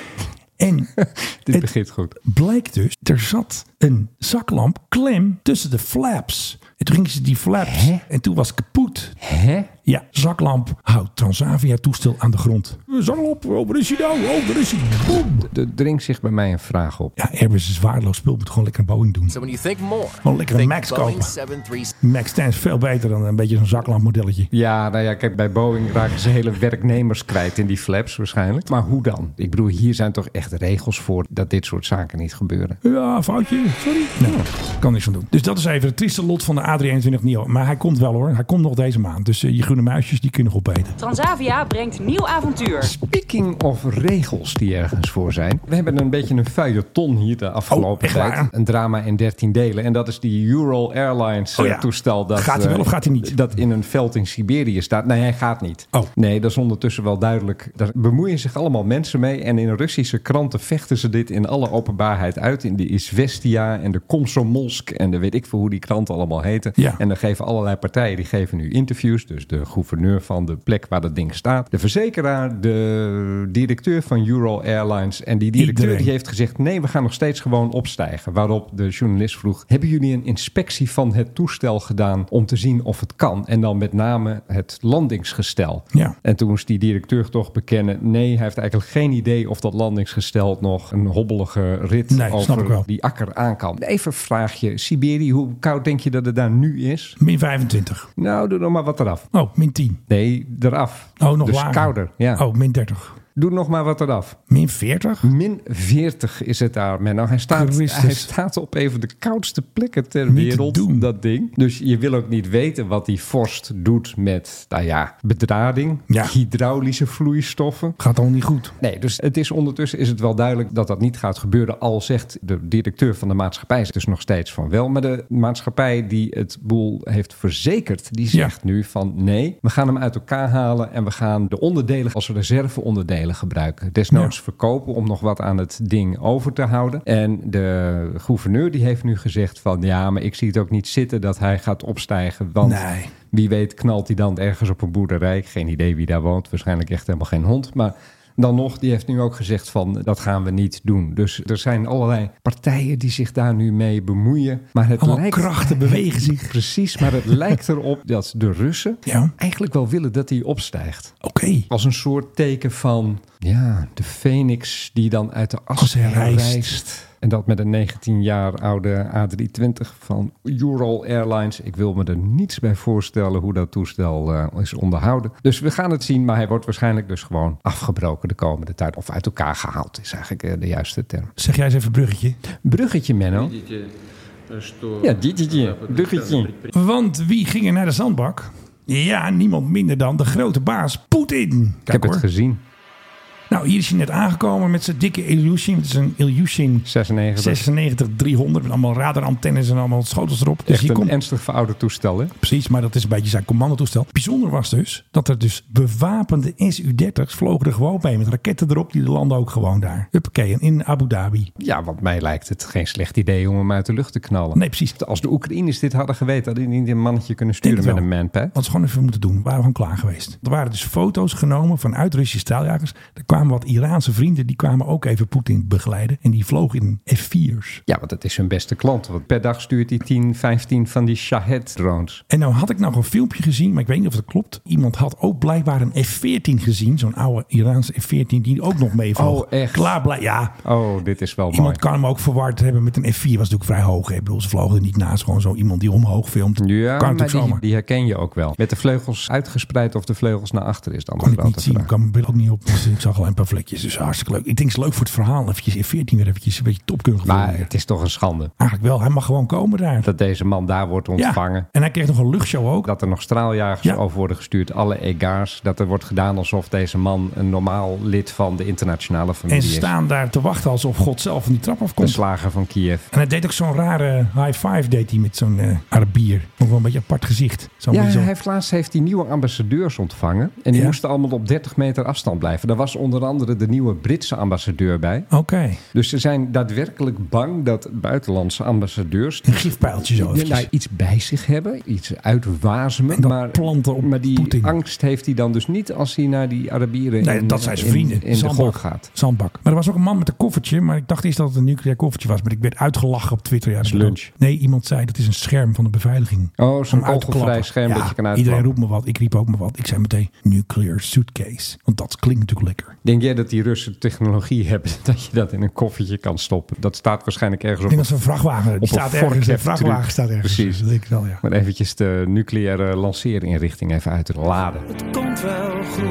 S8: En
S9: Dit
S8: het
S9: begint goed.
S8: blijkt dus, er zat een zaklamp klem tussen de flaps. En toen gingen ze die flaps
S9: Hè?
S8: en toen was het kapot.
S9: Hè?
S8: Ja, zaklamp houdt Transavia toestel aan de grond. Zaklamp, oh, waar is hij nou? Oh, daar is hij. Boom.
S9: Er dringt zich bij mij een vraag op.
S8: Ja, Airbus is waardeloos spul. Moet gewoon lekker een Boeing doen.
S10: So when you think more,
S8: Gewoon lekker een
S10: think
S8: Max
S10: Boeing
S8: kopen.
S10: seven three
S8: Max ten is veel beter dan een beetje zo'n zaklampmodelletje.
S9: Ja, nou ja, kijk, bij Boeing raken ze hele werknemers kwijt in die flaps waarschijnlijk. Maar hoe dan? Ik bedoel, hier zijn toch echt regels voor dat dit soort zaken niet gebeuren.
S8: Ja, foutje. Sorry. Nee, kan niks aan doen. Dus dat is even het trieste lot van de A drie eenentwintig Neo. Maar hij komt wel hoor. Hij komt nog deze maand. Dus uh, je gunt de muisjes, die kunnen nog opeten.
S11: Transavia brengt nieuw avontuur.
S9: Speaking of regels die ergens voor zijn. We hebben een beetje een feuilleton hier de afgelopen
S8: oh,
S9: tijd. Een drama in dertien delen. En dat is die Ural Airlines
S8: oh, ja.
S9: toestel. Dat,
S8: gaat hij wel of gaat hij niet?
S9: Dat in een veld in Siberië staat. Nee, hij gaat niet.
S8: Oh.
S9: Nee, dat is ondertussen wel duidelijk. Daar bemoeien zich allemaal mensen mee. En in Russische kranten vechten ze dit in alle openbaarheid uit. In de Izvestia en de Komsomolsk. En de weet ik veel hoe die kranten allemaal heten.
S8: Ja.
S9: En dan geven allerlei partijen, die geven nu interviews. Dus de gouverneur van de plek waar dat ding staat. De verzekeraar, de directeur van Ural Airlines. En die directeur
S8: Iedereen.
S9: die heeft gezegd, nee, we gaan nog steeds gewoon opstijgen. Waarop de journalist vroeg, hebben jullie een inspectie van het toestel gedaan om te zien of het kan? En dan met name het landingsgestel.
S8: Ja.
S9: En toen moest die directeur toch bekennen, nee, hij heeft eigenlijk geen idee of dat landingsgestel nog een hobbelige rit
S8: Nee, snap ik
S9: over
S8: wel.
S9: die akker aan kan. Even een vraagje, Siberië, hoe koud denk je dat het daar nu is?
S8: Min vijfentwintig.
S9: Nou, doe nog maar wat eraf.
S8: Oh, min tien.
S9: Nee, eraf.
S8: Oh, nog
S9: dus
S8: lager.
S9: kouder. Ja.
S8: Oh, min dertig.
S9: Doe nog maar wat eraf.
S8: Min veertig?
S9: Min veertig is het daar, Menno. Hij staat,
S8: Christus.
S9: hij staat op een van de koudste plekken ter
S8: Niet te
S9: wereld,
S8: doen.
S9: dat ding. Dus je wil ook niet weten wat die vorst doet met, nou ja, bedrading,
S8: Ja.
S9: hydraulische vloeistoffen.
S8: Gaat al niet goed.
S9: Nee, dus het is ondertussen is het wel duidelijk dat dat niet gaat gebeuren. Al zegt de directeur van de maatschappij dus nog steeds van wel. Maar de maatschappij die het boel heeft verzekerd, die zegt nu van nee, we gaan hem uit elkaar halen en we gaan de onderdelen als reserveonderdelen gebruiken. Desnoods
S8: Ja.
S9: verkopen om nog wat aan het ding over te houden. En de gouverneur die heeft nu gezegd van ja, maar ik zie het ook niet zitten dat hij gaat opstijgen. Want
S8: Nee.
S9: wie weet knalt hij dan ergens op een boerderij. Geen idee wie daar woont. Waarschijnlijk echt helemaal geen hond. Maar dan nog, die heeft nu ook gezegd van dat gaan we niet doen. Dus er zijn allerlei partijen die zich daar nu mee bemoeien. Maar het
S8: Allemaal
S9: lijkt,
S8: krachten bewegen zich.
S9: Precies, maar het lijkt erop dat de Russen
S8: Ja.
S9: eigenlijk wel willen dat hij opstijgt.
S8: Oké.
S9: Als een soort teken van ja, de Phoenix die dan uit de as
S8: Als hij reist.
S9: reist. En dat met een negentien jaar oude A driehonderdtwintig van Ural Airlines. Ik wil me er niets bij voorstellen hoe dat toestel uh, is onderhouden. Dus we gaan het zien, maar hij wordt waarschijnlijk dus gewoon afgebroken de komende tijd. Of uit elkaar gehaald is eigenlijk uh, de juiste term.
S8: Zeg jij eens even bruggetje.
S9: Bruggetje, Menno. Ja, ditje. Bruggetje.
S8: Want wie ging er naar de zandbak? Ja, niemand minder dan de grote baas Poetin. Kijk,
S9: Ik heb
S8: hoor.
S9: het gezien.
S8: Nou, hier is hij net aangekomen met zijn dikke Ilyushin. Het is een Ilyushin
S9: zesennegentig.
S8: zesennegentig driehonderd met allemaal radarantennes en allemaal schotels erop. Dus
S9: Echt
S8: hier
S9: een
S8: komt
S9: ernstig verouderd toestel, hè?
S8: precies, maar dat is een beetje zijn commandotoestel. Bijzonder was dus dat er dus bewapende S U dertig's vlogen er gewoon bij met raketten erop. Die landen ook gewoon daar. Huppakee, in Abu Dhabi.
S9: Ja, want mij lijkt het geen slecht idee om hem uit de lucht te knallen.
S8: Nee, precies.
S9: Als de Oekraïners dit hadden geweten, hadden die niet een mannetje kunnen sturen
S8: Denk
S9: met
S8: het
S9: een manpad.
S8: Wat ze gewoon even moeten doen. We waren gewoon klaar geweest. Er waren dus foto's genomen vanuit Russische straaljagers. Er kwamen wat Iraanse vrienden. Die kwamen ook even Poetin begeleiden. En die vlogen in F vier's.
S9: Ja, want het is hun beste klant. Want per dag stuurt hij tien, vijftien van die Shahed-drones.
S8: En nou had ik nog een filmpje gezien. Maar ik weet niet of het klopt. Iemand had ook blijkbaar een F veertien gezien. Zo'n oude Iraanse F veertien die ook nog meevloog.
S9: Oh, echt?
S8: Klaar blij. Ja.
S9: Oh, dit is wel
S8: Iemand
S9: mooi.
S8: kan hem ook verward hebben met een F vier. Was natuurlijk vrij hoog. Hè? Ik bedoel, ze vlogen er niet naast. Gewoon zo iemand die omhoog filmt.
S9: Ja,
S8: kan
S9: maar
S8: natuurlijk
S9: die,
S8: zomaar.
S9: die herken je ook wel. Met de vleugels uitgespreid of de vleugels naar achter is dan
S8: Kon
S9: de
S8: ik niet
S9: grote
S8: zien. Ik
S9: vraag.
S8: kan mijn beeld ook niet op. Dus ik zag alleen een paar vlekjes. Dus hartstikke leuk. Ik denk het is leuk voor het verhaal. Eventjes F veertien weer eventjes een beetje top kunnen
S9: Maar
S8: gevonden.
S9: het is toch een schande
S8: Eigenlijk wel. Hij mag gewoon komen daar.
S9: dat deze man daar wordt ontvangen.
S8: Ja. En hij kreeg nog een luchtshow ook.
S9: Dat er nog straaljagers
S8: Ja.
S9: over worden gestuurd. Alle egaars. Dat er wordt gedaan alsof deze man een normaal lid van de internationale
S8: En
S9: familie
S8: ze
S9: is.
S8: staan daar te wachten alsof God zelf van die trap
S9: De
S8: afkomt.
S9: slager van Kiev.
S8: En hij deed ook zo'n rare high five deed hij met zo'n uh, Arabier. Ook wel een beetje apart gezicht. Zo
S9: Ja,
S8: zo.
S9: hij heeft laatst heeft hij nieuwe ambassadeurs ontvangen. En die
S8: Ja.
S9: moesten allemaal op dertig meter afstand blijven. Daar was onder andere de nieuwe Britse ambassadeur bij.
S8: Oké.
S9: Dus ze zijn daadwerkelijk bang dat buitenlandse ambassadeurs
S8: Een gifpijltje zo
S9: ja,
S8: eventjes.
S9: nou, iets bij zich hebben. Iets uitwazemen.
S8: En dat
S9: maar,
S8: planten op
S9: maar die
S8: Poetin.
S9: angst heeft hij dan dus niet als hij naar die Arabieren
S8: Nee,
S9: in,
S8: dat zijn zijn
S9: in-
S8: vrienden.
S9: in, de
S8: Zandbak.
S9: golf gaat.
S8: Zandbak. Maar er was ook een man met een koffertje. Maar ik dacht eerst dat het een nucleair koffertje was. Maar ik werd uitgelachen op Twitter. Ja,
S9: is
S8: dat-
S9: lunch.
S8: Nee, iemand zei dat is een scherm van de beveiliging.
S9: Oh, zo'n
S8: Om uit te
S9: kogelvrij
S8: klappen.
S9: scherm
S8: Ja,
S9: dat je kan
S8: iedereen
S9: uitklappen.
S8: roept me wat. Ik riep ook me wat. Ik zei meteen nuclear suitcase. Want dat klinkt natuurlijk lekker.
S9: Denk jij dat die Russen technologie hebben dat je dat in een koffertje kan stoppen? Dat staat waarschijnlijk ergens
S8: Ik
S9: op
S8: denk dat is een vrachtwagen. Die
S9: op
S8: staat
S9: een
S8: ergens. Een
S9: forklift
S8: vrachtwagen
S9: truc.
S8: staat ergens.
S9: Precies.
S8: Dat denk ik wel, ja.
S9: Maar eventjes de nucleaire lanceerinrichting even uit te laden.
S10: Komt wel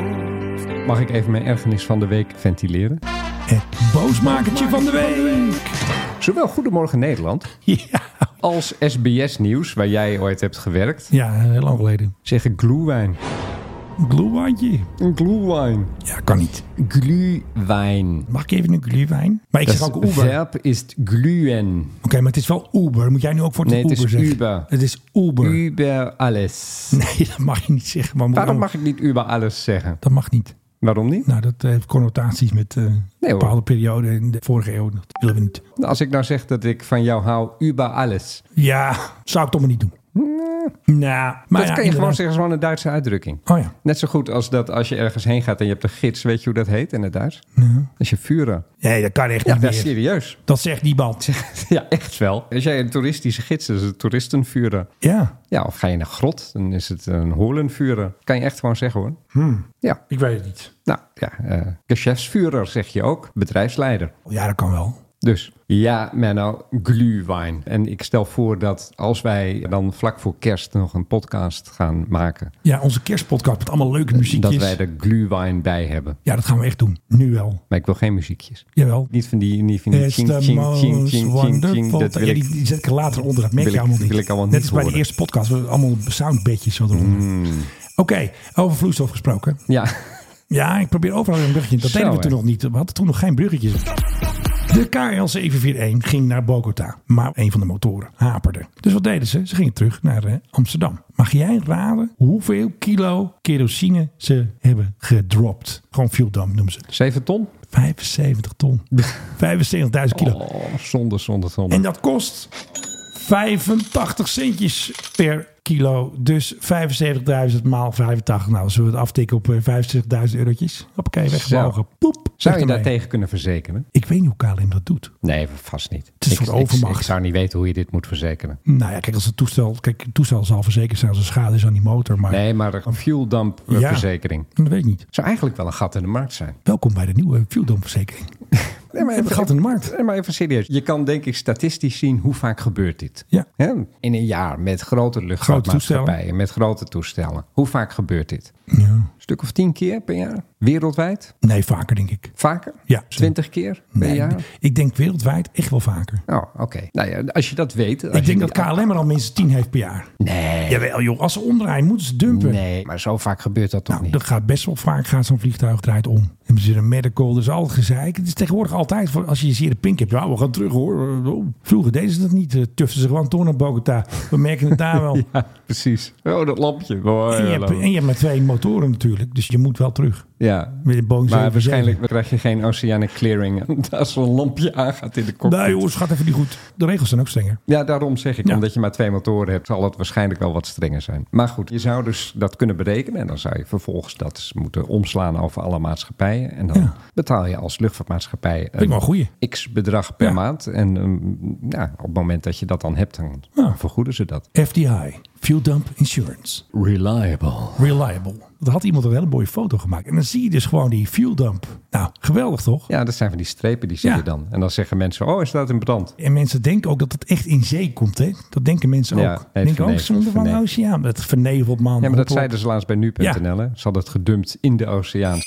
S10: goed.
S9: Mag ik even mijn ergernis van de week ventileren?
S8: Het boosmakertje van de week.
S9: Zowel Goedemorgen Nederland
S8: Ja.
S9: als S B S Nieuws, waar jij ooit hebt gewerkt,
S8: Ja, heel lang geleden.
S9: zeggen glühwein.
S8: Een glühweintje.
S9: Een glühwein.
S8: Ja, kan niet.
S9: Glühwein.
S8: Mag ik even een glühwein? Maar ik
S9: Dat
S8: zeg ook Uber. Oké,
S9: verb is glühen.
S8: okay, maar het is wel Uber. Moet jij nu ook voor het
S9: Nee, het
S8: Uber
S9: is
S8: zeggen?
S9: Uber.
S8: Het is Uber.
S9: Uber alles.
S8: Nee, dat mag je niet zeggen. Maar moet
S9: Waarom
S8: ook-
S9: mag ik niet Uber alles zeggen?
S8: Dat mag niet.
S9: Waarom niet?
S8: Nou, dat heeft connotaties met uh, een
S9: hoor.
S8: bepaalde periode in de vorige eeuw. Dat willen we niet.
S9: Als ik nou zeg dat ik van jou hou, Uber alles.
S8: Ja, zou ik toch maar niet doen. Nou, maar
S9: dat
S8: ja,
S9: kan je gewoon
S8: inderdaad.
S9: zeggen, is gewoon een Duitse uitdrukking.
S8: Oh ja.
S9: Net zo goed als dat als je ergens heen gaat en je hebt een gids. Weet je hoe dat heet in het Duits? Als je vuren.
S8: Nee, dat kan echt
S9: Ja,
S8: niet
S9: dat
S8: meer.
S9: is serieus.
S8: Dat zegt niemand.
S9: Ja, echt wel. Als jij een toeristische gids is, het toeristenvuren.
S8: Ja.
S9: Ja, of ga je naar grot, dan is het een holenvuren. Kan je echt gewoon zeggen hoor.
S8: Hmm.
S9: Ja.
S8: Ik weet het niet.
S9: Nou ja, uh, geschäftsführer zeg je ook. Bedrijfsleider.
S8: Ja, dat kan wel.
S9: Dus ja, Menno, glühwein. En ik stel voor dat als wij dan vlak voor kerst nog een podcast gaan maken.
S8: Ja, onze kerstpodcast met allemaal leuke muziekjes.
S9: Dat wij er glühwein bij hebben.
S8: Ja, dat gaan we echt doen. Nu wel.
S9: Maar ik wil geen muziekjes.
S8: Jawel.
S9: Niet van die, niet van die
S8: It's
S9: ching,
S8: the
S9: ching,
S8: most
S9: ching, ching, ching, ching. Dat wil
S8: ja,
S9: ik,
S8: die, die zet ik er later onder. Dat merk
S9: wil
S8: je
S9: ik-
S8: allemaal niet.
S9: wil ik allemaal
S8: Net
S9: niet
S8: als bij de
S9: horen.
S8: eerste podcast. We allemaal soundbedjes zo eronder.
S9: Mm.
S8: Oké, okay, over vloeistof gesproken.
S9: Ja.
S8: Ja, ik probeer overal een bruggetje. Dat
S9: Zo,
S8: deden we toen
S9: hè.
S8: nog niet. We hadden toen nog geen bruggetjes. De K L zeven vier een ging naar Bogota, maar een van de motoren haperde. Dus wat deden ze? Ze gingen terug naar eh, Amsterdam. Mag jij raden hoeveel kilo kerosine ze hebben gedropt? Gewoon fuel dump noemen ze het.
S9: Zeven ton?
S8: vijfenzeventig ton. vijfenzeventigduizend kilo.
S9: Oh, zonde, zonde, zonde.
S8: En dat kost vijfentachtig centjes per kilo. Dus vijfenzeventigduizend maal vijfentachtig. Nou, zullen we het aftikken op eh, vijfenzestigduizend eurotjes. Hoppakee, weggevlogen. Poep.
S9: Zou je
S8: weg
S9: daar
S8: ermee.
S9: tegen kunnen verzekeren?
S8: Ik weet niet hoe K L M dat doet.
S9: Nee, vast niet.
S8: Het is
S9: ik,
S8: een soort overmacht.
S9: Ik, ik zou niet weten hoe je dit moet verzekeren.
S8: Nou ja, kijk, als het toestel... Kijk, het toestel zal verzekerd zijn als er schade is aan die motor. Maar
S9: Nee, maar een fuel dump eh,
S8: Ja.
S9: verzekering.
S8: dat weet ik niet.
S9: Zou eigenlijk wel een gat in de markt zijn.
S8: Welkom bij de nieuwe fuel dump verzekering.
S9: Nee, maar
S8: Even gat in de markt.
S9: Nee, maar even serieus. Je kan denk ik statistisch zien hoe vaak gebeurt dit.
S8: Ja.
S9: Hè? In een jaar met grote luchtvaartmaatschappijen, met grote toestellen. Hoe vaak gebeurt dit?
S8: Ja.
S9: Een stuk of tien keer per jaar? Wereldwijd?
S8: Nee, vaker denk ik.
S9: Vaker?
S8: Ja.
S9: Twintig keer per
S8: Nee,
S9: jaar?
S8: ik denk wereldwijd echt wel vaker.
S9: Oh, oké. Nou ja, als je dat weet... als
S8: Ik
S9: je
S8: denk
S9: die-
S8: dat K L M er al minstens tien heeft per jaar.
S9: Nee.
S8: Jawel joh, als ze omdraaien moeten ze dumpen.
S9: Nee, maar zo vaak gebeurt dat toch
S8: Nou,
S9: niet?
S8: dat gaat best wel vaak. Gaat zo'n vliegtuig draait om. Hebben ze een medical, dus al het gezeik. Het is tegenwoordig altijd, voor als je je de pink hebt. Ja, we gaan terug hoor. Oh, vroeger deden ze dat niet. Uh, tuften ze gewoon door naar Bogota. We merken het daar wel.
S9: Ja, precies. Oh, dat lampje. Oh,
S8: En je, hebt, en je hebt maar twee motoren natuurlijk. Dus je moet wel terug.
S9: Ja,
S8: Met een Boeing
S9: maar
S8: zeven zeven.
S9: waarschijnlijk krijg je geen oceanic clearing als zo'n lampje aangaat in de cockpit.
S8: Nee jongens, gaat even niet goed. De regels zijn ook strenger.
S9: Ja, daarom zeg ik,
S8: Ja.
S9: omdat je maar twee motoren hebt, zal het waarschijnlijk wel wat strenger zijn. Maar goed, je zou dus dat kunnen berekenen en dan zou je vervolgens dat moeten omslaan over alle maatschappijen. En dan
S8: Ja.
S9: betaal je als luchtvaartmaatschappij
S8: Vind ik wel een goeie.
S9: x bedrag per
S8: Ja.
S9: maand. En um, ja, op het moment dat je dat dan hebt, dan
S8: Ja.
S9: vergoeden ze dat.
S8: F D I, Fuel Dump Insurance.
S9: Reliable.
S8: Reliable. Er had iemand een hele mooie foto gemaakt. En dan zie je dus gewoon die fuel dump. Nou, geweldig toch?
S9: Ja, dat zijn van die strepen, die zie
S8: Ja.
S9: je dan. En dan zeggen mensen, oh, is dat in brand?
S8: En mensen denken ook dat het echt in zee komt, hè? Dat denken mensen
S9: Ja,
S8: ook.
S9: nee, het
S8: denken ook,
S9: vernevelt,
S8: zonder van de
S9: vernevelt.
S8: oceaan. Het vernevelt, man.
S9: Ja, maar dat
S8: Hop, hop.
S9: zeiden ze laatst bij nu punt n l. hè. Ze hadden het gedumpt in de oceaan.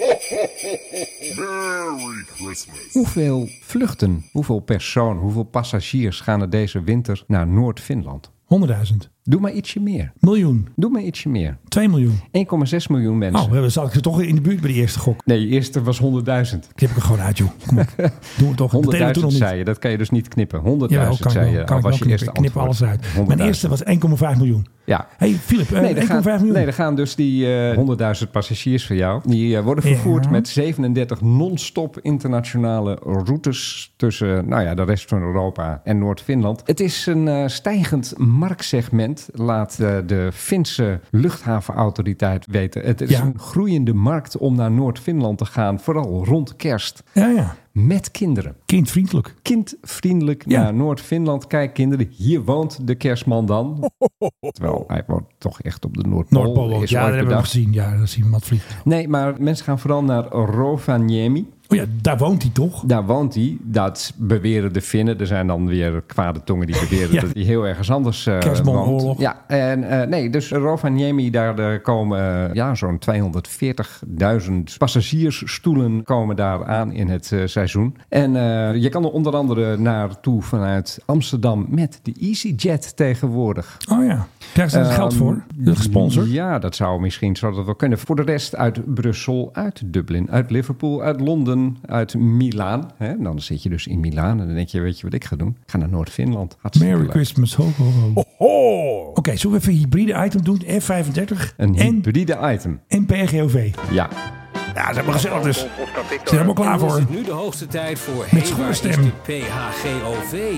S9: Hoeveel vluchten, hoeveel personen, hoeveel passagiers gaan er deze winter naar Noord-Finland?
S8: honderdduizend.
S9: Doe maar ietsje meer.
S8: Miljoen.
S9: Doe maar ietsje meer.
S8: twee miljoen.
S9: één komma zes miljoen mensen.
S8: Oh, dan zat ik er toch in de buurt bij de eerste gok.
S9: Nee, de eerste was honderdduizend.
S8: Knip ik er gewoon uit, joh. Kom op. Doe het toch. Dat deden we toen nog
S9: honderdduizend
S8: niet.
S9: zei je, dat kan je dus niet knippen.
S8: Jawel,
S9: honderdduizend
S8: kan ik
S9: zei
S8: wel.
S9: je,
S8: Kan
S9: al
S8: ik wel
S9: was je
S8: knippen.
S9: eerste
S8: Ik knip alles
S9: antwoord.
S8: uit. Mijn
S9: honderdduizend.
S8: eerste was één komma vijf miljoen.
S9: Ja.
S8: Hey, Philip, uh,
S9: Nee, er
S8: één komma vijf
S9: gaan,
S8: miljoen.
S9: nee, er gaan dus die eh, honderdduizend passagiers van jou. Die eh, worden vervoerd
S8: Ja.
S9: met zevenendertig non-stop internationale routes tussen nou ja, de rest van Europa en Noord-Finland. Het is een eh, stijgend marktsegment, laat eh, de Finse luchthavenautoriteit weten. Het is
S8: Ja.
S9: een groeiende markt om naar Noord-Finland te gaan, vooral rond kerst.
S8: Ja, ja.
S9: Met kinderen.
S8: Kindvriendelijk.
S9: Kindvriendelijk
S8: Ja.
S9: naar Noord-Finland. Kijk kinderen, hier woont de kerstman dan. Terwijl hij woont toch echt op de Noordpool.
S8: Noordpool.
S9: Is
S8: Ja, dat
S9: ooit
S8: hebben we
S9: bedacht.
S8: gezien. Ja, dat zien we wat vliegen.
S9: Nee, maar mensen gaan vooral naar Rovaniemi.
S8: Oh ja, daar woont hij toch?
S9: Daar woont hij. Dat beweren de Finnen. Er zijn dan weer kwade tongen die beweren ja. dat hij heel ergens anders uh, woont. Ja, en uh, nee, dus Rovaniemi, daar uh, komen uh, ja, zo'n tweehonderdveertigduizend passagiersstoelen komen daar aan in het uh, seizoen. En uh, je kan er onder andere naartoe vanuit Amsterdam met de EasyJet tegenwoordig.
S8: Oh ja, krijgen ze er um, geld voor? De gesponsord?
S9: Ja, dat zou misschien zou dat wel kunnen. Voor de rest uit Brussel, uit Dublin, uit Liverpool, uit Londen, uit Milaan. Hè? Dan zit je dus in Milaan en dan denk je, weet je wat ik ga doen? Ik ga naar Noord-Finland.
S8: Merry leuk. Christmas. Ho, ho, ho. Ho, ho. Oké, okay, zullen we even een hybride item doen? F vijfendertig.
S9: Een hybride
S8: en,
S9: item.
S8: En P G O V.
S9: Ja.
S8: Ja, ze hebben gezellig dus. Ze zijn helemaal klaar voor.
S10: Het is nu de hoogste tijd voor
S8: Met schoorstem.
S10: de P H G O V.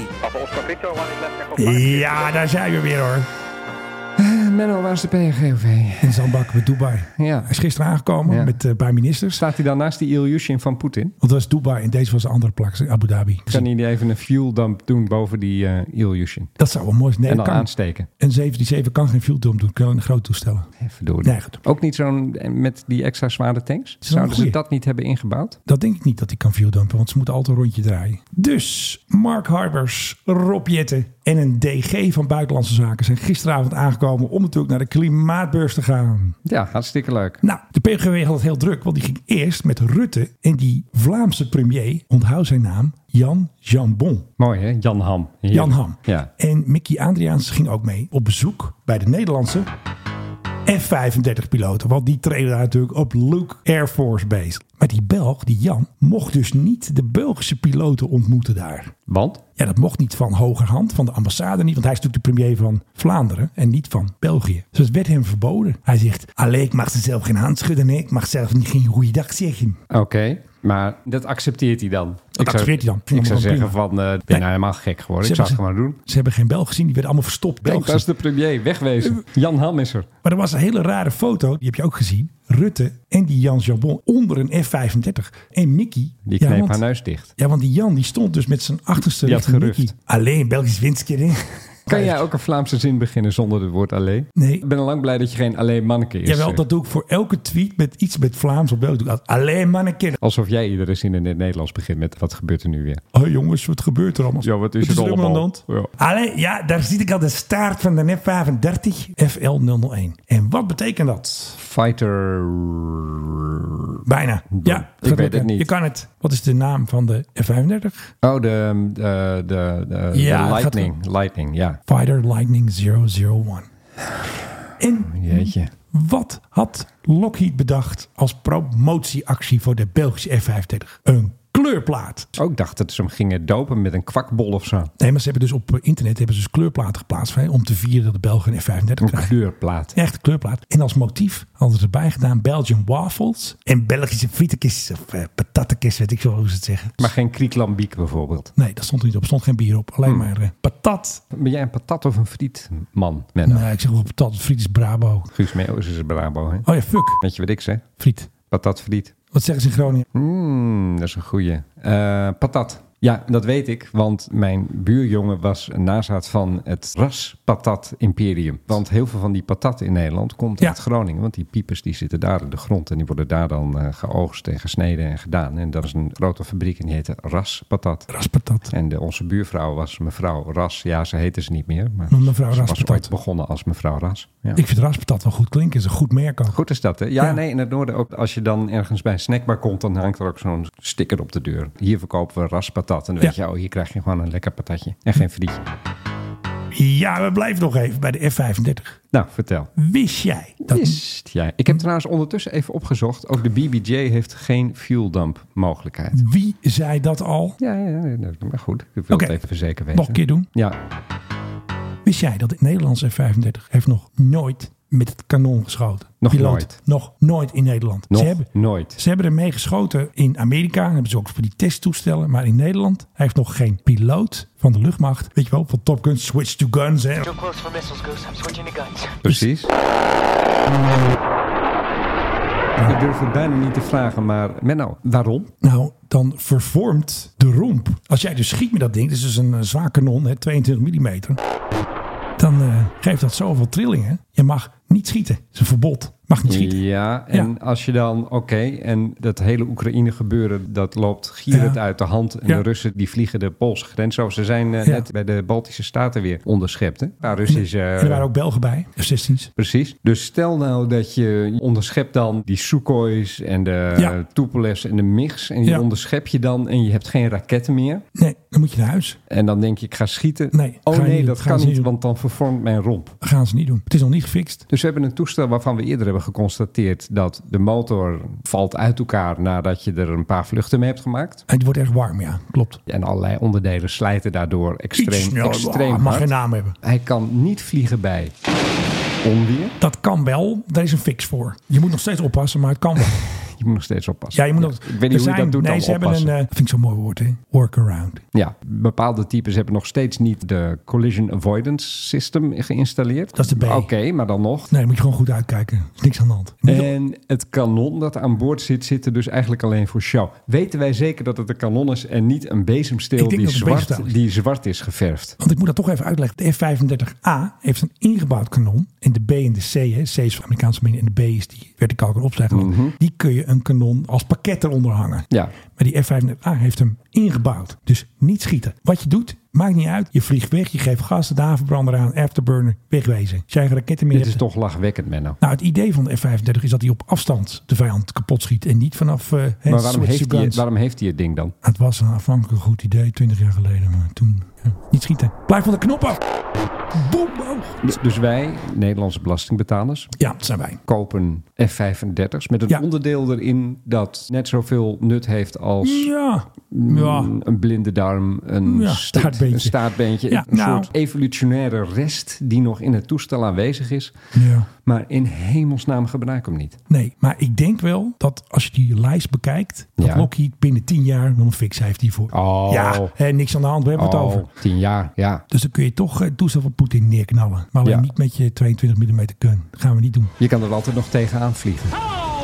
S8: Ja, daar zijn we weer hoor.
S9: Uh, Menno, waar is de P H G O V?
S8: In Zandbak met Dubai.
S9: Ja.
S8: Hij is gisteren aangekomen ja. met een uh, paar ministers.
S9: Staat hij dan naast die Ilyushin van Poetin?
S8: Want dat was Dubai en deze was een andere plek, Abu Dhabi.
S9: Kan hij even een fuel dump doen boven die uh, Ilyushin?
S8: Dat zou wel mooi zijn. Nee,
S9: en dan
S8: kan.
S9: aansteken.
S8: Een zeven drieënzeven kan geen fuel dump doen. Kan een groot toestellen.
S9: Verdorie. Nee, ook niet zo'n met die extra zware tanks? Zouden ze dat niet hebben ingebouwd?
S8: Dat denk ik niet dat hij kan fuel dumpen, want ze moeten altijd een rondje draaien. Dus Mark Harbers, Rob Jetten en een D G van Buitenlandse Zaken zijn gisteravond aangekomen om natuurlijk naar de klimaatbeurs te gaan.
S9: Ja, hartstikke leuk.
S8: Nou, de P G O V had het heel druk, want die ging eerst met Rutte en die Vlaamse premier, onthoud zijn naam, Jan Jambon.
S9: Mooi hè, Jan Ham. Hier.
S8: Jan Ham.
S9: Ja.
S8: En Mickey Adriaans ging ook mee op bezoek bij de Nederlandse F vijfendertig piloten. Want die treden daar natuurlijk op Luke Air Force Base. Maar die Belg, die Jan, mocht dus niet de Belgische piloten ontmoeten daar.
S9: Want?
S8: Ja, dat mocht niet van hogerhand, van de ambassade niet. Want hij is natuurlijk de premier van Vlaanderen en niet van België. Dus het werd hem verboden. Hij zegt, allee, ik mag ze zelf geen hand schudden. Nee, ik mag zelf niet geen goeiedag zeggen.
S9: Oké, okay, maar dat accepteert hij dan?
S8: Dat
S9: ik
S8: accepteert
S9: zou,
S8: hij dan.
S9: Ik zou zeggen van, uh, ben nee, nou helemaal gek geworden. Ik zou het gewoon doen.
S8: Ze hebben geen Belgen gezien, die werden allemaal verstopt.
S9: Kijk, dat is de premier, wegwezen. Jan Ham is er.
S8: Maar er was een hele rare foto, die heb je ook gezien. Rutte en die Jan Jambon onder een F vijfendertig. En Mickey...
S9: Die kneep ja, want, haar neus dicht.
S8: Ja, want die Jan die stond dus met zijn achterste
S9: die
S8: richting Mickey. Alleen Belgisch winstje.
S9: Kan jij ook een Vlaamse zin beginnen zonder het woord alleen?
S8: Nee.
S9: Ik ben al lang blij dat je geen alleen manneke is.
S8: Jawel, dat doe ik voor elke tweet met iets met Vlaams of Belgisch. Doe ik altijd alleen manneke.
S9: Alsof jij iedere zin in het Nederlands begint met wat gebeurt er nu weer?
S8: Oh jongens, wat gebeurt er allemaal?
S9: Ja, wat is, wat er is allemaal? Aan de hand? Ja.
S8: Allee, ja, daar zie ik al de staart van de F vijfendertig F L nul nul een. En wat betekent dat?
S9: Fighter...
S8: Bijna. Ja,
S9: ik weet het niet.
S8: Je kan het. Wat is de naam van de F vijfendertig?
S9: Oh, de, de, de, de,
S8: ja,
S9: de Lightning. Lightning, ja.
S8: Fighter Lightning nul nul een. En
S9: Jeetje.
S8: Wat had Lockheed bedacht als promotieactie voor de Belgische F vijfendertig? Een kleurplaat.
S9: Ook dacht dat ze hem gingen dopen met een kwakbol of zo.
S8: Nee, maar ze hebben dus op internet hebben ze dus kleurplaten geplaatst hè, om te vieren dat de Belgen een F vijfendertig
S9: een
S8: krijgen.
S9: Een kleurplaat.
S8: Echt een kleurplaat. En als motief hadden ze erbij gedaan Belgian waffles en Belgische frietenkist of uh, patatenkist, weet ik zo hoe ze het zeggen.
S9: Maar geen krieklambiek bijvoorbeeld?
S8: Nee, dat stond er niet op. Er stond geen bier op. Alleen hmm. maar uh, patat.
S9: Ben jij een patat of een frietman?
S8: Nee, ik zeg wel patat. Friet is Brabo.
S9: Guus Meeuwis is Brabo, hè?
S8: Oh ja, fuck.
S9: Weet je wat ik zeg?
S8: Friet.
S9: Patat, friet.
S8: Wat zeggen ze in Groningen?
S9: Mm, dat is een goeie. Uh, patat. Ja, dat weet ik, want mijn buurjongen was een nazaat van het ras patat imperium. Want heel veel van die patat in Nederland komt ja. uit Groningen. Want die piepers die zitten daar in de grond en die worden daar dan uh, geoogst en gesneden en gedaan. En dat is een grote fabriek en die heette Ras Patat.
S8: Ras Patat.
S9: En de, onze buurvrouw was mevrouw Ras. Ja, ze heette ze niet meer, maar,
S8: maar mevrouw
S9: ze
S8: Ras
S9: was
S8: Patat.
S9: ooit begonnen als mevrouw Ras. Ja.
S8: Ik vind Ras Patat wel goed klinken. Het is een goed merk ook.
S9: Goed is dat, hè? Ja, ja, nee, in het noorden ook. Als je dan ergens bij een snackbar komt, dan hangt er ook zo'n sticker op de deur. Hier verkopen we Ras Patat. En dan weet ja. je, oh, hier krijg je gewoon een lekker patatje. En geen frietje.
S8: Ja, we blijven nog even bij de F vijfendertig.
S9: Nou, vertel.
S8: Wist jij dat...
S9: Wist jij. Ik heb trouwens ondertussen even opgezocht. Ook de B B J heeft geen fuel dump mogelijkheid.
S8: Wie zei dat al?
S9: Ja, ja, ja maar goed. Ik wil okay. het even zeker weten.
S8: Nog een keer doen?
S9: Ja.
S8: Wist jij dat de Nederlandse F vijfendertig heeft nog nooit met het kanon geschoten?
S9: Nog
S8: Piloot.
S9: nooit?
S8: Nog nooit in Nederland.
S9: Nog
S8: ze hebben,
S9: nooit?
S8: Ze hebben ermee geschoten in Amerika. Dan hebben ze ook voor die testtoestellen. Maar in Nederland heeft nog geen piloot van de luchtmacht. Weet je wel, van Top Gun, switch to guns. Hè.
S12: Too close for missiles, Goose. I'm switching to guns.
S9: Precies. Ik durf het bijna niet te vragen, maar Menno, waarom?
S8: Nou, dan vervormt de romp. Als jij dus schiet met dat ding, dat is dus een zwaar kanon, hè, tweeëntwintig millimeter. Dan uh, geeft dat zoveel trillingen. Je mag niet schieten. Dat is een verbod. Mag niet schieten.
S9: Ja, en ja. als je dan, oké, okay, en dat hele Oekraïne gebeuren, dat loopt gierend ja. uit de hand. En ja. de Russen die vliegen de Poolse grens over. Ze zijn uh, ja. net bij de Baltische Staten weer onderschept. Hè? Nou, Russische, uh,
S8: en er waren ook Belgen bij, F zestien's.
S9: Precies. Dus stel nou dat je onderschept dan die Sukhois en de ja. Tupolevs en de MiGs. En die ja. onderschep je dan en je hebt geen raketten meer.
S8: Nee, dan moet je naar huis.
S9: En dan denk je, ik ga schieten.
S8: Nee,
S9: oh
S8: ga
S9: nee,
S8: niet,
S9: dat kan niet, want dan vervormt mijn romp.
S8: Dat gaan ze niet doen. Het is nog niet gefixt.
S9: Dus we hebben een toestel waarvan we eerder hebben geconstateerd dat de motor valt uit elkaar nadat je er een paar vluchten mee hebt gemaakt.
S8: Het wordt echt warm, ja. Klopt.
S9: En allerlei onderdelen slijten daardoor extreem,
S8: Iets,
S9: extreem
S8: oh, mag
S9: hard.
S8: geen naam hebben.
S9: Hij kan niet vliegen bij onweer.
S8: Dat kan wel. Daar is een fix voor. Je moet nog steeds oppassen, maar het kan wel.
S9: Je moet nog steeds oppassen.
S8: Ja, je moet nog,
S9: ik weet niet hoe
S8: zijn,
S9: je dat doet
S8: nee,
S9: dan
S8: ze
S9: oppassen.
S8: hebben een, uh, vind ik zo'n mooi woord, hè? Workaround.
S9: Ja, bepaalde types hebben nog steeds niet de Collision Avoidance System geïnstalleerd.
S8: Dat is de B.
S9: Oké, okay, maar dan nog.
S8: Nee, dan moet je gewoon goed uitkijken. Er is niks aan de hand.
S9: En het kanon dat aan boord zit, zit er dus eigenlijk alleen voor show. Weten wij zeker dat het een kanon is en niet een bezemsteel die zwart, is. die zwart is geverfd?
S8: Want ik moet dat toch even uitleggen. De F vijfendertig A heeft een ingebouwd kanon. En de B en de C, hè, C is voor Amerikaanse marine en de B is die verticaal kan opstijgen. Mm-hmm. Die kun je een kanon als pakket eronder hangen.
S9: Ja.
S8: Maar die F vijfendertig A heeft hem ingebouwd. Dus niet schieten. Wat je doet, maakt niet uit. Je vliegt weg, je geeft gas, de havenbrander aan, afterburner, wegwezen. Als jij geen raketten meer
S9: Dit
S8: hebt.
S9: is toch lachwekkend, Menno.
S8: Nou, het idee van de F vijfendertig is dat hij op afstand de vijand kapot schiet. En niet vanaf... Uh,
S9: maar waarom heeft, hij, waarom heeft hij het ding dan?
S8: Het was een aanvankelijk goed idee, twintig jaar geleden. Maar toen... Ja, niet schieten. Blijf van de knop af. Boem. Oh.
S9: Dus, dus wij, Nederlandse belastingbetalers...
S8: Ja, dat zijn wij.
S9: Kopen F vijfendertig's met een ja. onderdeel erin dat net zoveel nut heeft als
S8: ja.
S9: Ja. een blinde darm, een,
S8: ja,
S9: st- staartbeentje. een staartbeentje.
S8: Ja,
S9: een
S8: nou.
S9: soort evolutionaire rest die nog in het toestel aanwezig is.
S8: Ja.
S9: Maar in hemelsnaam gebruik hem niet.
S8: Nee, maar ik denk wel dat als je die lijst bekijkt... dat
S9: ja.
S8: Lockheed binnen tien jaar nog een fix heeft hiervoor.
S9: Oh.
S8: Ja, hè, niks aan de hand, we hebben
S9: oh,
S8: het over.
S9: Tien jaar, ja.
S8: Dus dan kun je toch het toestel van Poetin neerknallen. Maar alleen ja. niet met je tweeëntwintig millimeter gun. Dat gaan we niet doen.
S9: Je kan er altijd nog tegenaan vliegen.
S12: Oh,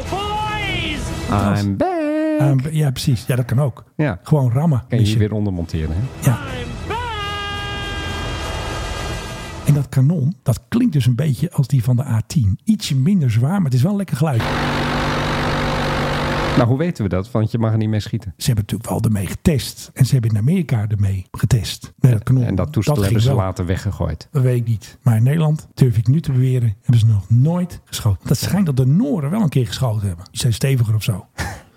S12: boys!
S9: I'm back!
S8: Um, ja, precies. Ja, dat kan ook.
S9: Ja.
S8: Gewoon rammen.
S9: Kan je hier weer onder monteren, hè?
S8: Ja. En dat kanon, dat klinkt dus een beetje als die van de A tien. Ietsje minder zwaar, maar het is wel een lekker geluid.
S9: Nou, hoe weten we dat? Want je mag er niet mee schieten.
S8: Ze hebben natuurlijk wel ermee getest. En ze hebben in Amerika ermee getest. Met dat kanon.
S9: En dat toestel dat hebben ze wel. later weggegooid.
S8: Dat weet ik niet. Maar in Nederland, durf ik nu te beweren, hebben ze nog nooit geschoten. Dat schijnt dat de Noorden wel een keer geschoten hebben. Die zijn steviger of zo.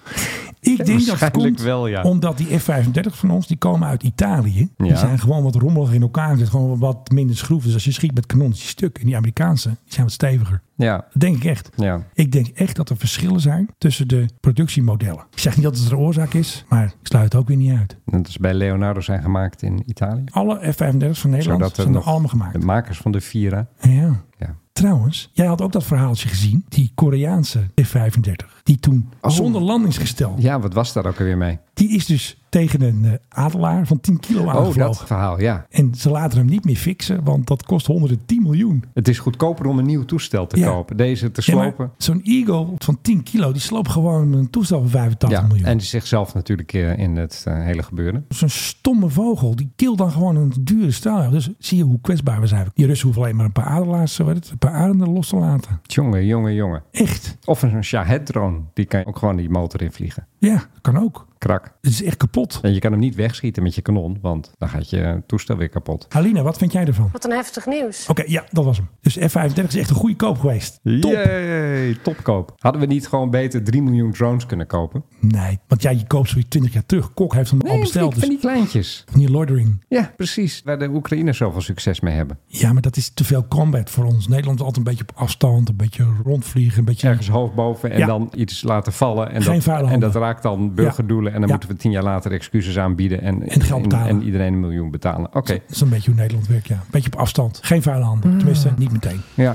S8: Ik
S9: ja,
S8: denk dat het komt
S9: wel, ja.
S8: omdat die F vijfendertig van ons, die komen uit Italië. Die
S9: ja. zijn
S8: gewoon wat rommelig in elkaar gezet. Gewoon wat minder schroef. Dus als je schiet met kanon, is die stuk. En die Amerikaanse, die zijn wat steviger.
S9: Ja.
S8: Dat denk ik echt.
S9: Ja. Ik denk echt dat er verschillen zijn tussen de productiemodellen. Ik zeg niet dat het de oorzaak is, maar ik sluit het ook weer niet uit. Dat is bij Leonardo zijn gemaakt in Italië.
S8: Alle F vijfendertig's van Nederland
S9: Zodat er
S8: zijn
S9: nog
S8: er allemaal gemaakt.
S9: De makers van de Vira.
S8: Ja.
S9: Ja.
S8: Trouwens, jij had ook dat verhaaltje gezien. Die Koreaanse F vijfendertig. Die toen oh. zonder landingsgestel.
S9: Ja, wat was daar ook alweer mee?
S8: Die is dus tegen een uh, adelaar van tien kilo aangevlogen.
S9: Oh, dat verhaal, ja.
S8: En ze laten hem niet meer fixen, want dat kost honderdtien miljoen.
S9: Het is goedkoper om een nieuw toestel te ja. kopen. Deze te slopen.
S8: Ja, zo'n Eagle van tien kilo, die sloopt gewoon een toestel van vijfentachtig
S9: ja,
S8: miljoen.
S9: En die zichzelf natuurlijk uh, in het uh, hele gebeuren.
S8: Zo'n stomme vogel, die kilt dan gewoon een dure staal. Dus zie je hoe kwetsbaar we zijn. Die Russen hoeven alleen maar een paar adelaars, het, een paar arenden los te laten.
S9: Jongen, jongen, jongen.
S8: Echt.
S9: Of een Shahed-drone. Die kan je ook gewoon die motor in vliegen.
S8: Ja, dat kan ook.
S9: Krak.
S8: Het is echt kapot.
S9: En je kan hem niet wegschieten met je kanon, want dan gaat je toestel weer kapot.
S8: Alina, wat vind jij ervan?
S7: Wat een heftig nieuws.
S8: Oké, okay, ja, dat was hem. Dus F vijfendertig is echt een goede koop geweest. Top.
S9: Yay, topkoop. Hadden we niet gewoon beter drie miljoen drones kunnen kopen?
S8: Nee, want ja, je koopt zoiets twintig jaar terug. Kok heeft hem
S9: nee,
S8: al besteld.
S9: Nee, van die kleintjes.
S8: Van die loitering.
S9: Ja, precies. Waar de Oekraïners zoveel succes mee hebben.
S8: Ja, maar dat is te veel combat voor ons. Nederland is altijd een beetje op afstand, een beetje rondvliegen. Een beetje...
S9: Ergens hoog boven en ja. dan iets laten vallen. En
S8: Geen
S9: dat, en dat raakt dan burgerdoelen. Ja. En dan ja. moeten we tien jaar later excuses aanbieden. En,
S8: en geld betalen.
S9: En, en iedereen een miljoen betalen. Oké. Okay.
S8: Dat is een beetje hoe Nederland werkt, ja. Een beetje op afstand. Geen vuile handen. Mm. Tenminste, niet meteen.
S9: Ja.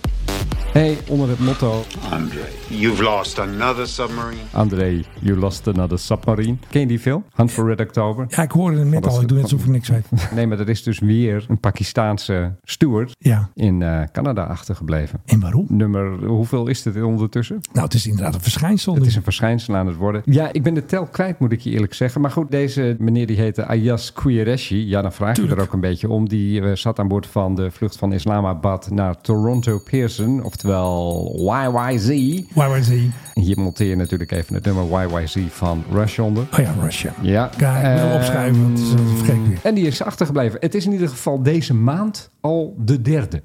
S9: Hey, onder het motto...
S13: André, you've lost another submarine.
S9: André, you lost another submarine. Ken je die film? Hunt for Red October?
S8: Ja, ik hoorde het net al. Ik doe net alsof ik niks weet.
S9: Nee, maar er is dus weer een Pakistaanse steward
S8: ja.
S9: in uh, Canada achtergebleven.
S8: En waarom?
S9: Nummer, hoeveel is het ondertussen?
S8: Nou, het is inderdaad een verschijnsel.
S9: Het is een verschijnsel aan het worden. Ja, ik ben de tel kwijt, moet ik je eerlijk zeggen. Maar goed, deze meneer die heette Ayaz Qureshi. Ja, dan vraag je er ook een beetje om. Die uh, zat aan boord van de vlucht van Islamabad naar Toronto Pearson. Oftewel oftewel Y Y Z.
S8: Y Y Z.
S9: En hier monteer je natuurlijk even het nummer Y Y Z van Rush onder.
S8: Oh ja, Rush, ja.
S9: Ja.
S8: Kijk, ik wil opschrijven, want het is een vergek weer.
S9: En die is achtergebleven. Het is in ieder geval deze maand al de derde.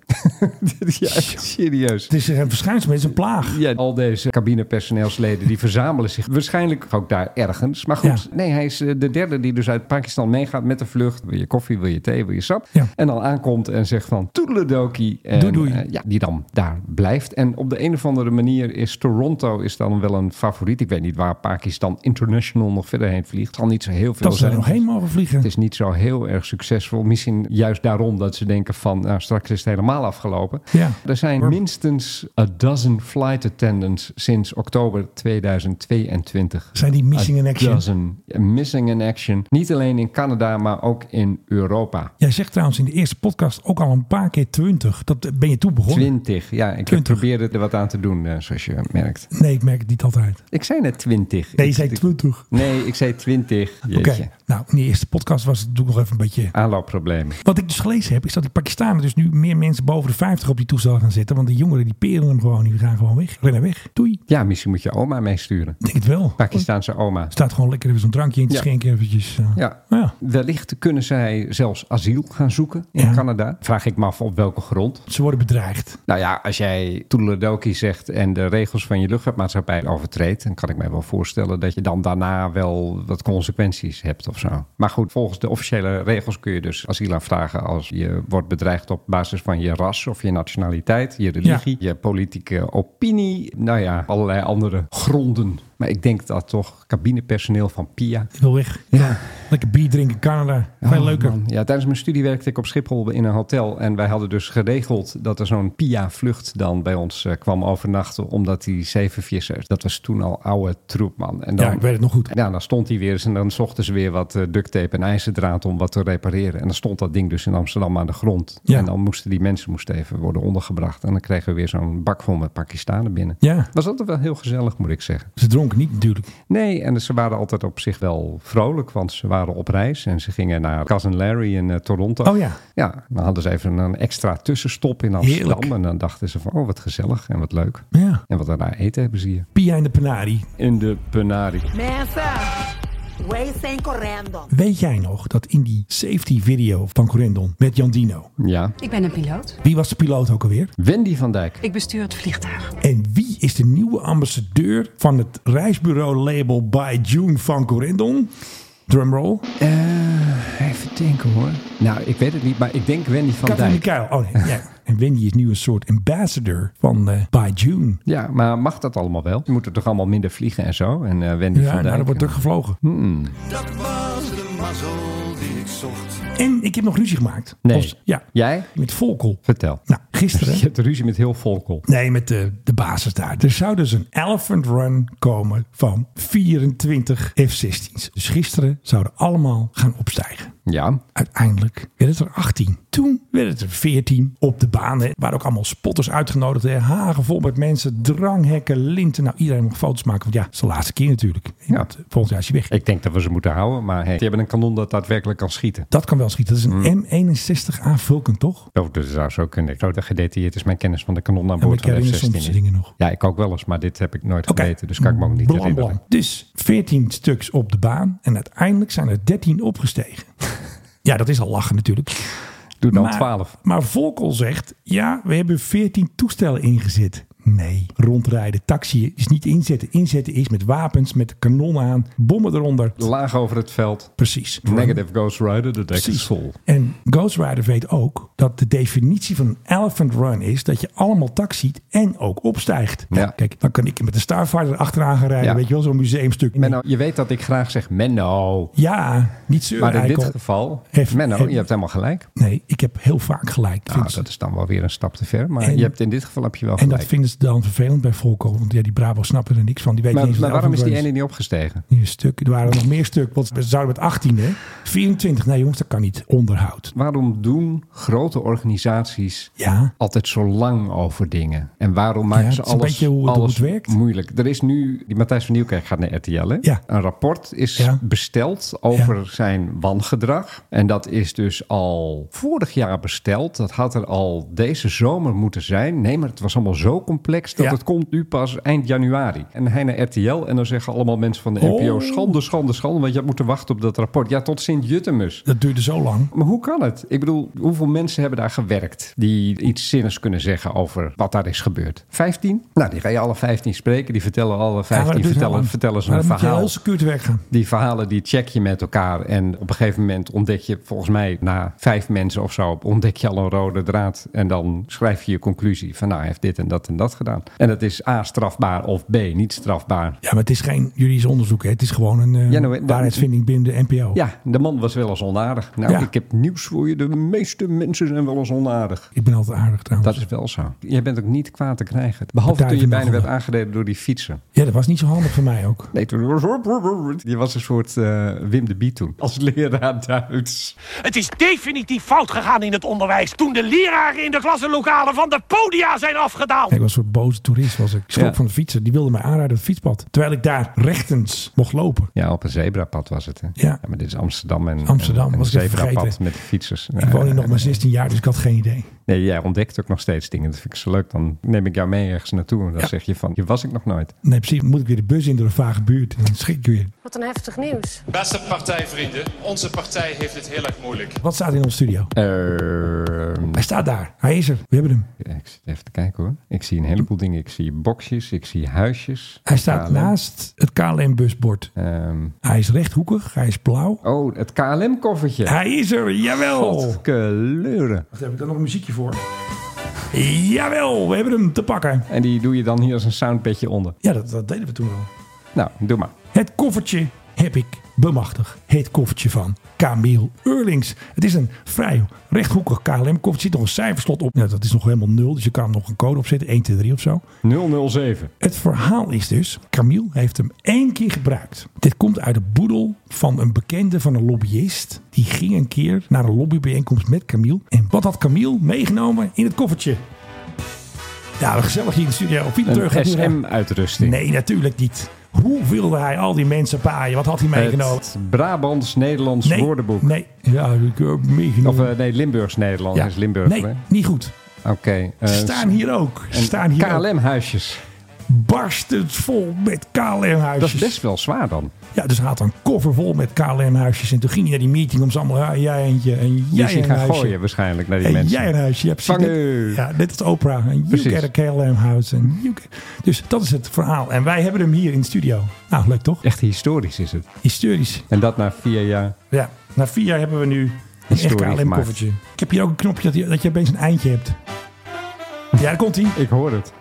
S9: Ja, serieus.
S8: Het is een verschijnsel, het is een plaag.
S9: Ja, al deze cabinepersoneelsleden die verzamelen zich waarschijnlijk ook daar ergens. Maar goed, ja. nee, hij is de derde die dus uit Pakistan meegaat met de vlucht. Wil je koffie, wil je thee, wil je sap? Ja. En dan aankomt en zegt van toedeledokie. En
S8: doei, doei.
S9: Uh, ja, die dan daar blijft. En op de een of andere manier is Toronto is dan wel een favoriet. Ik weet niet waar Pakistan International nog verder heen vliegt. Het zal niet zo heel veel
S8: dat
S9: zijn.
S8: Dat ze er nog heen mogen vliegen.
S9: Het is niet zo heel erg succesvol. Misschien juist daarom dat ze denken van nou, straks is het helemaal afgelopen.
S8: Ja.
S9: Er zijn minstens a dozen flight attendants sinds oktober tweeduizend tweeëntwintig.
S8: Zijn die missing in action?
S9: A dozen. Missing in action. Niet alleen in Canada, maar ook in Europa.
S8: Jij zegt trouwens in de eerste podcast ook al een paar keer twintig. Dat ben je toe begonnen.
S9: twintig, ja. Ik probeerde er wat aan te doen, zoals je merkt.
S8: Nee, ik merk het niet altijd.
S9: Ik zei net twintig.
S8: Nee, je zei twintig.
S9: Nee, ik zei twintig. Oké.
S8: Okay. Nou, in de eerste podcast was het natuurlijk nog even een beetje...
S9: aanloopproblemen.
S8: Wat ik dus gelezen heb, is dat die Pakistanen dus nu meer mensen boven de vijftig op die toestel gaan zetten. Want de jongeren die peren hem gewoon, die gaan gewoon weg. Rennen weg. Doei.
S9: Ja, misschien moet je oma meesturen.
S8: Denk het wel.
S9: Pakistaanse oma.
S8: Staat gewoon lekker even zo'n drankje in te
S9: ja.
S8: schenken eventjes. Uh,
S9: ja.
S8: ja.
S9: Wellicht kunnen zij zelfs asiel gaan zoeken in ja. Canada. Vraag ik me af op welke grond.
S8: Ze worden bedreigd.
S9: Nou ja, als jij toedeledokie zegt en de regels van je luchtvaartmaatschappij overtreedt, dan kan ik mij wel voorstellen dat je dan daarna wel wat consequenties hebt of zo. Maar goed, volgens de officiële regels kun je dus asiel aanvragen als je wordt bedreigd op basis van je ras of je nationaliteit, je religie, ja. je politieke opinie, nou ja, allerlei andere gronden. Maar ik denk dat toch cabinepersoneel van P I A...
S8: Ik wil weg. Ja. Lekker bier drinken in Canada. Veel oh, leuker. Man.
S9: Ja, tijdens mijn studie werkte ik op Schiphol in een hotel. En wij hadden dus geregeld dat er zo'n P I A-vlucht dan bij ons uh, kwam overnachten. Omdat die zevenvissers, dat was toen al oude troep, man. En dan,
S8: ja, ik weet het nog goed.
S9: Ja, dan stond hij weer eens en dan zochten ze weer wat uh, duct tape en ijzerdraad om wat te repareren. En dan stond dat ding dus in Amsterdam aan de grond. Ja. En dan moesten die mensen moesten even worden ondergebracht. En dan kregen we weer zo'n bak vol met Pakistanen binnen.
S8: Ja.
S9: Was altijd wel heel gezellig, moet ik zeggen.
S8: Ze dronken niet natuurlijk.
S9: Nee, en ze waren altijd op zich wel vrolijk, want ze waren op reis en ze gingen naar Cousin Larry in uh, Toronto.
S8: Oh ja.
S9: Ja, dan hadden ze even een extra tussenstop in Amsterdam. Heerlijk. En dan dachten ze van, oh wat gezellig en wat leuk.
S8: Ja.
S9: En wat daarna eten hebben ze hier.
S8: Pia in de Penari.
S9: In de Penari.
S8: Weet jij nog dat in die safety video van Corendon met Jan Dino?
S9: Ja.
S4: Ik ben een piloot.
S8: Wie was de piloot ook alweer?
S9: Wendy van Dijk.
S4: Ik bestuur het vliegtuig.
S8: En wie is de nieuwe ambassadeur van het reisbureau label By June van Corendon? Drumroll.
S9: Uh, even denken hoor. Nou, ik weet het niet, maar ik denk Wendy van
S8: Katrien
S9: Dijk.
S8: Kuil. Oh nee, ja. En Wendy is nu een soort ambassador van uh, By June.
S9: Ja, maar mag dat allemaal wel? Je moet er toch allemaal minder vliegen en zo? En uh, Wendy
S8: ja,
S9: van Dijk.
S8: Ja, er wordt druk gevlogen.
S9: Hmm.
S1: Dat was de mazzel die ik zocht.
S8: En ik heb nog ruzie gemaakt.
S9: Nee.
S8: Als, ja.
S9: Jij?
S8: Met Volkel.
S9: Vertel.
S8: Nou, gisteren.
S9: Je hebt ruzie met heel Volkel.
S8: Nee, met de, de basis daar. Er zou dus een Elephant Run komen van vierentwintig F zestien's. Dus gisteren zouden allemaal gaan opstijgen.
S9: Ja.
S8: Uiteindelijk werd het er achttien. Toen werd het er veertien op de baan. Er waren ook allemaal spotters uitgenodigd. Hè. Hagen vol met mensen, dranghekken, linten. Nou, iedereen mag foto's maken. Want ja, het is de laatste keer natuurlijk.
S9: Ja.
S8: Want volgend jaar is hij weg.
S9: Ik denk dat we ze moeten houden. Maar hey, die hebben een kanon dat daadwerkelijk kan schieten.
S8: Dat kan wel schieten. Dat is een mm. M eenenzestig A Vulcan, toch?
S9: Oh, dus dat zou zo kunnen. Zo gedetailleerd is mijn kennis van de kanon aan boord
S8: ja,
S9: van de F zestien.
S8: soms dingen nog.
S9: Ja, ik ook wel eens. Maar dit heb ik nooit
S8: okay.
S9: geweten. Dus kan ik me ook niet
S8: blam,
S9: herinneren.
S8: Blam. Dus veertien stuks op de baan. En uiteindelijk zijn er dertien opgestegen. Ja, dat is al lachen natuurlijk.
S9: Doe dan
S8: maar,
S9: twaalf.
S8: Maar Volkel zegt, ja, we hebben veertien toestellen ingezet. Nee, rondrijden, taxiën is niet inzetten. Inzetten is met wapens, met kanonnen aan, bommen eronder.
S9: Laag over het veld.
S8: Precies.
S9: Negative Ghost Rider, de deck is vol.
S8: En Ghost Rider weet ook dat de definitie van een Elephant Run is dat je allemaal taxiet en ook opstijgt.
S9: Ja.
S8: Ja, kijk, dan kan ik met de Starfighter achteraan gaan rijden. Ja. Weet je wel, zo'n museumstuk.
S9: Menno, je weet dat ik graag zeg Menno.
S8: Ja, niet zeuren.
S9: Maar in
S8: Eikel.
S9: dit geval,
S8: Hef,
S9: Menno,
S8: hef,
S9: je hebt helemaal gelijk.
S8: Nee, ik heb heel vaak gelijk.
S9: Nou, dat is dan wel weer een stap te ver. Maar
S8: en,
S9: je hebt in dit geval heb je wel
S8: en
S9: gelijk.
S8: dat vinden ze dan vervelend bij Volko. Want ja, die Bravo snappen er niks van. Die weet
S9: maar
S8: niet
S9: maar waarom is die
S8: ene
S9: ene niet opgestegen?
S8: Een stuk. Er waren nog meer stuk. Want we zouden met achttien, hè? vierentwintig. Nee jongens, dat kan niet. Onderhoud.
S9: Waarom doen grote organisaties
S8: Ja.
S9: altijd zo lang over dingen? En waarom maken
S8: Ja,
S9: ze
S8: het is een
S9: alles,
S8: beetje hoe het-
S9: alles
S8: hoe het werkt.
S9: moeilijk? Er is nu, die Matthijs van Nieuwkerk gaat naar R T L, hè?
S8: Ja.
S9: Een rapport is
S8: Ja.
S9: besteld over zijn wangedrag. En dat is dus al vorig jaar besteld. Dat had er al deze zomer moeten zijn. Nee, maar het was allemaal zo complex dat
S8: Ja.
S9: het komt nu pas eind januari. En hij naar R T L en dan zeggen allemaal mensen van de N P O...
S8: Oh.
S9: schande, schande, schande, want je had moeten wachten op dat rapport. Ja, tot Sint-Juttemus.
S8: Dat duurde zo lang.
S9: Maar hoe kan het? Ik bedoel, hoeveel mensen hebben daar gewerkt die iets zinnigs kunnen zeggen over wat daar is gebeurd? vijftien? Nou, die ga je alle vijftien spreken. Die vertellen alle
S8: Ja, maar
S9: vijftien,
S8: dat duurt
S9: vertellen,
S8: lang.
S9: vertellen ze
S8: Maar
S9: een
S8: dan moet je
S9: verhaal.
S8: heel secuur te werk gaan.
S9: Die verhalen die check je met elkaar. En op een gegeven moment ontdek je, volgens mij na vijf mensen of zo, ontdek je al een rode draad. En dan schrijf je je conclusie van nou, hij heeft dit en dat en dat gedaan. En dat is A, strafbaar of B, niet strafbaar.
S8: Ja, maar het is geen juridisch onderzoek. Hè. Het is gewoon een uh,
S9: Ja, nou, dat-
S8: waarheidsvinding binnen de N P O.
S9: Ja, de man was wel eens onaardig. Nou,
S8: Ja.
S9: ik heb nieuws voor je. De meeste mensen zijn wel eens onaardig.
S8: Ik ben altijd aardig trouwens.
S9: Dat is wel zo. Jij bent ook niet kwaad te krijgen. Behalve
S8: Partij
S9: toen je
S8: van
S9: bijna werd
S8: Machelen.
S9: aangereden door die fietser.
S8: Ja, dat was niet zo handig voor mij ook.
S9: Nee, toen was... Je was een soort uh, Wim de Bie toen. Als leraar Duits.
S12: Het is definitief fout gegaan in het onderwijs toen de leraren in de klassenlokalen van de podia zijn afgedaald.
S8: Ik was een soort boze toerist. Was ik. ik schrok
S9: Ja.
S8: van de fietser. Die wilde mij aanrijden op het fietspad. Terwijl ik daar rechtens mocht lopen.
S9: Ja, op een zebrapad was het. Hè?
S8: Ja.
S9: Maar dit is Amsterdam en,
S8: Amsterdam,
S9: en, en
S8: was
S9: een
S8: ik even
S9: zebrapad
S8: vergeten.
S9: met de fietsers.
S8: Ik woon hier nog maar zestien jaar, dus ik had geen idee.
S9: Nee, jij ontdekt ook nog steeds dingen. Dat vind ik zo leuk. Dan neem ik jou mee ergens naartoe. En dan
S8: Ja.
S9: zeg je van, hier was ik nog nooit.
S8: Nee, precies. Dan moet ik weer de bus in door een vage buurt. En dan schrik ik weer.
S7: Wat een heftig nieuws.
S2: Beste partijvrienden, onze partij heeft het heel erg moeilijk.
S8: Wat staat in onze studio?
S9: Ehm,
S8: Hij staat daar. Hij is er. We hebben hem.
S9: Ja, ik zit even te kijken hoor. Ik zie een heleboel dingen. Ik zie boxjes, ik zie huisjes.
S8: Hij staat
S9: K L M.
S8: naast het K L M-busbord.
S9: Ehm,
S8: Hij is rechthoekig. Hij is blauw.
S9: oh, het K L M-koffertje.
S8: Hij is er. Jawel.
S9: Godkeleuren.
S8: Wat heb ik daar nog een muziekje voor? Jawel, we hebben hem te pakken.
S9: En die doe je dan hier als een soundpadje onder.
S8: Ja, dat, dat deden we toen al.
S9: Nou, doe maar.
S8: Het koffertje heb ik bemachtigd. Het koffertje van Camille Eurlings. Het is een vrij rechthoekig K L M-koffertje. Er zit nog een cijferslot op. Nou, dat is nog helemaal nul, dus je kan er nog een code op zetten. één, twee, drie of zo.
S9: nul nul zeven.
S8: Het verhaal is dus, Camille heeft hem één keer gebruikt. Dit komt uit de boedel van een bekende van een lobbyist. Die ging een keer naar een lobbybijeenkomst met Camille. En wat had Camille meegenomen in het koffertje? Ja, gezellig hier in de studio. Op
S9: Een
S8: terug.
S9: S M-uitrusting.
S8: Nee, natuurlijk niet. Hoe wilde hij al die mensen paaien? Wat had hij meegenomen?
S9: Het Brabants-Nederlands
S8: nee,
S9: woordenboek.
S8: Nee, ja, ik heb meegenomen.
S9: Of uh, nee, Limburgs-Nederlands.
S8: Ja.
S9: Dat is Limburg.
S8: Nee,
S9: hè?
S8: niet goed.
S9: Oké. Okay, uh,
S8: Ze staan hier ook. Ze staan hier
S9: K L M-huisjes.
S8: barstend vol met K L M-huisjes.
S9: Dat is best wel zwaar dan.
S8: Ja, dus hij had een koffer vol met K L M-huisjes. En toen ging hij naar die meeting om ze allemaal... Ja, jij eentje en
S9: Die
S8: jij
S9: is hier
S8: een
S9: gaan
S8: huisje.
S9: gooien waarschijnlijk naar die
S8: En
S9: mensen.
S8: jij een huisje. Ja, precies.
S9: Vang
S8: Net-
S9: u.
S8: Ja, net als Oprah. En you
S9: Precies.
S8: get a K L M-house. en you get- Dus dat is het verhaal. En wij hebben hem hier in de studio. Nou, leuk toch?
S9: Echt historisch is het.
S8: Historisch.
S9: En dat na vier jaar.
S8: Ja, na vier jaar hebben we nu een echt
S9: Historie
S8: K L M-koffertje. Ik heb hier ook een knopje dat je, dat je opeens een eindje hebt. Ja, daar komt hij.
S9: Ik hoor het.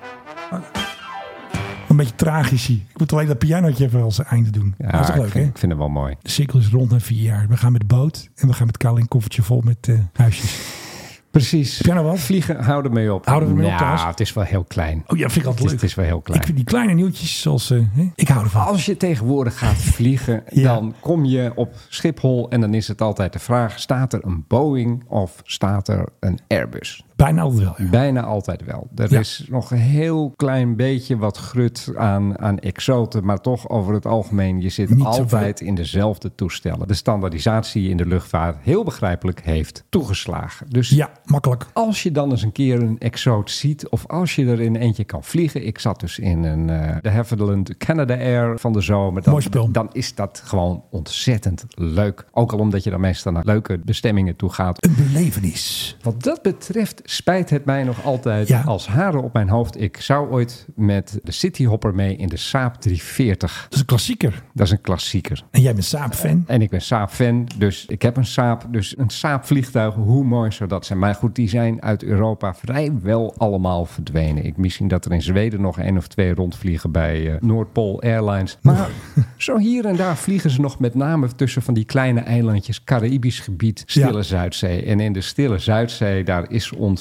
S8: Een beetje tragisch. Ik moet alleen dat pianootje even als einde doen.
S9: Ja,
S8: dat is toch leuk,
S9: ik,
S8: hè?
S9: vind, ik vind het wel mooi.
S8: De cirkel is rond na vier jaar. We gaan met de boot en we gaan met K L M-koffertje vol met uh, huisjes.
S9: Precies.
S8: Heb jij nou wat?
S9: Vliegen, hou ermee op.
S8: Houden we ermee op
S9: Ja,
S8: trouwens?
S9: het is wel heel klein.
S8: Oh ja, vind ik altijd
S9: Het is,
S8: leuk.
S9: het is wel heel klein.
S8: Ik vind die kleine nieuwtjes zoals... Uh, hè? Ik hou ervan.
S9: Als je tegenwoordig gaat vliegen,
S8: Ja.
S9: dan kom je op Schiphol en dan is het altijd de vraag, staat er een Boeing of staat er een Airbus?
S8: Bijna altijd wel, ja.
S9: Bijna altijd wel. Er
S8: Ja.
S9: is nog een heel klein beetje wat grut aan, aan exoten, maar toch over het algemeen, je zit
S8: Niet
S9: altijd in dezelfde toestellen. De standaardisatie in de luchtvaart, heel begrijpelijk, heeft toegeslagen. Dus
S8: Ja, makkelijk.
S9: als je dan eens een keer een exoot ziet, of als je er in eentje kan vliegen. Ik zat dus in een, uh, de Havilland Canada Air van de zomer. Dan,
S8: Mooi spul.
S9: dan is dat gewoon ontzettend leuk. Ook al omdat je dan meestal naar leuke bestemmingen toe gaat.
S8: Een belevenis.
S9: Wat dat betreft spijt het mij nog altijd
S8: Ja.
S9: als haren op mijn hoofd. Ik zou ooit met de Cityhopper mee in de Saab driehonderdveertig.
S8: Dat is een klassieker.
S9: Dat is een klassieker.
S8: En jij bent Saab-fan.
S9: En ik ben Saab-fan, dus ik heb een Saab. Dus een Saab-vliegtuig, hoe mooi zou dat zijn? Maar goed, die zijn uit Europa vrijwel allemaal verdwenen. Ik misschien dat er in Zweden nog één of twee rondvliegen bij uh, Noordpool Airlines. Maar zo hier en daar vliegen ze nog met name tussen van die kleine eilandjes. Caribisch gebied, Stille
S8: Ja.
S9: Zuidzee. En in de Stille Zuidzee, daar is ons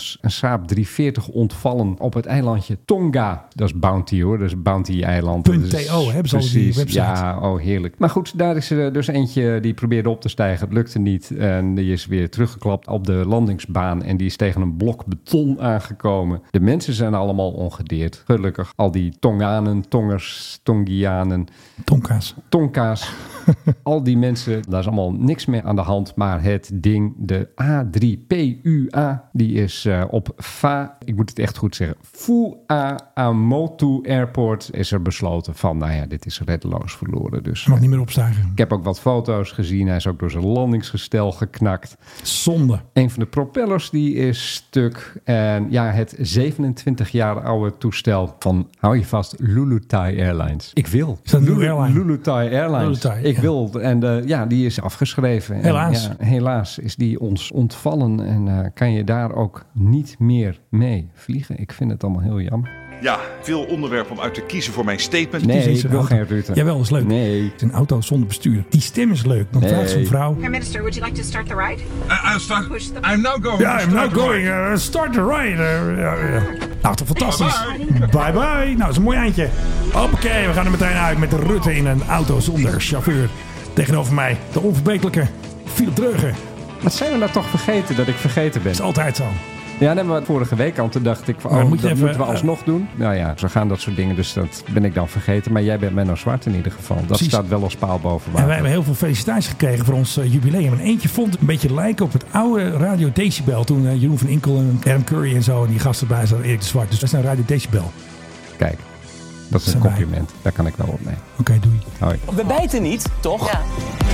S9: ons een Saab driehonderdveertig ontvallen op het eilandje Tonga. Dat is Bounty hoor, dat is Bounty-eiland.
S8: .to hebben ze al die website.
S9: Ja, oh heerlijk. Maar goed, daar is er dus eentje die probeerde op te stijgen. Het lukte niet en die is weer teruggeklapt op de landingsbaan en die is tegen een blok beton aangekomen. De mensen zijn allemaal ongedeerd. Gelukkig. Al die Tonganen, Tongers, Tongianen.
S8: Tonka's.
S9: Tonka's. Al die mensen, daar is allemaal niks meer aan de hand. Maar het ding, de A drie P U A, die is uh, op Fa, ik moet het echt goed zeggen, Fuamotu Airport is er besloten van, nou ja, dit is reddeloos verloren. Dus
S8: mag niet meer opstijgen.
S9: Ik heb ook wat foto's gezien. Hij is ook door zijn landingsgestel geknakt.
S8: Zonde.
S9: Een van de propellers die is stuk. En ja, het zevenentwintig jaar oude toestel van, hou je vast, Lulutai Airlines. Ik wil.
S8: Is dat een nieuwe airline?
S9: Lulutai Airlines. Lulutai, ik ja. wil. En uh, ja, die is afgeschreven.
S8: Helaas.
S9: En, ja, helaas is die ons ontvallen. En uh, kan je daar ook niet meer mee vliegen. Ik vind het allemaal heel jammer.
S14: Ja, veel onderwerpen om uit te kiezen voor mijn statement.
S9: Nee, ik wil geen Rutte.
S8: Jawel, dat is leuk.
S9: Nee.
S8: Het is een auto zonder bestuurder. Die stem is leuk. Dan
S9: nee.
S8: vraagt zo'n vrouw.
S3: Prime Minister, would you like to start the ride?
S5: Uh, I'll start. Push the... I'm now going.
S8: Ja, yeah, I'm now going. Uh, start the ride. Uh, uh, uh. Nou, toch fantastisch. Bye bye. bye bye. Nou, dat is een mooi eindje. Hoppakee, we gaan er meteen uit met Rutte in een auto zonder chauffeur. Tegenover mij, de onverbetelijke Philip Dreugen.
S9: Wat zijn we nou toch vergeten dat ik vergeten ben?
S8: Dat is altijd zo.
S9: Ja, dat hebben we vorige week al. Toen dacht ik van, oh, moet dat even, moeten we alsnog uh, doen. Nou ja, zo gaan dat soort dingen. Dus dat ben ik dan vergeten. Maar jij bent Menno Zwart in ieder geval. Dat Precies. staat wel als paal boven water.
S8: En wij hebben heel veel felicitaties gekregen voor ons uh, jubileum. En eentje vond een beetje lijken op het oude Radio Decibel. Toen uh, Jeroen van Inkel en Adam Curry en zo. En die gasten bij zaten, Erik de Zwart. Dus dat is een Radio Decibel.
S9: Kijk, dat is een compliment. Wij. Daar kan ik wel op mee.
S8: Oké, okay, doei.
S9: Hoi.
S10: We bijten niet, toch? Ja.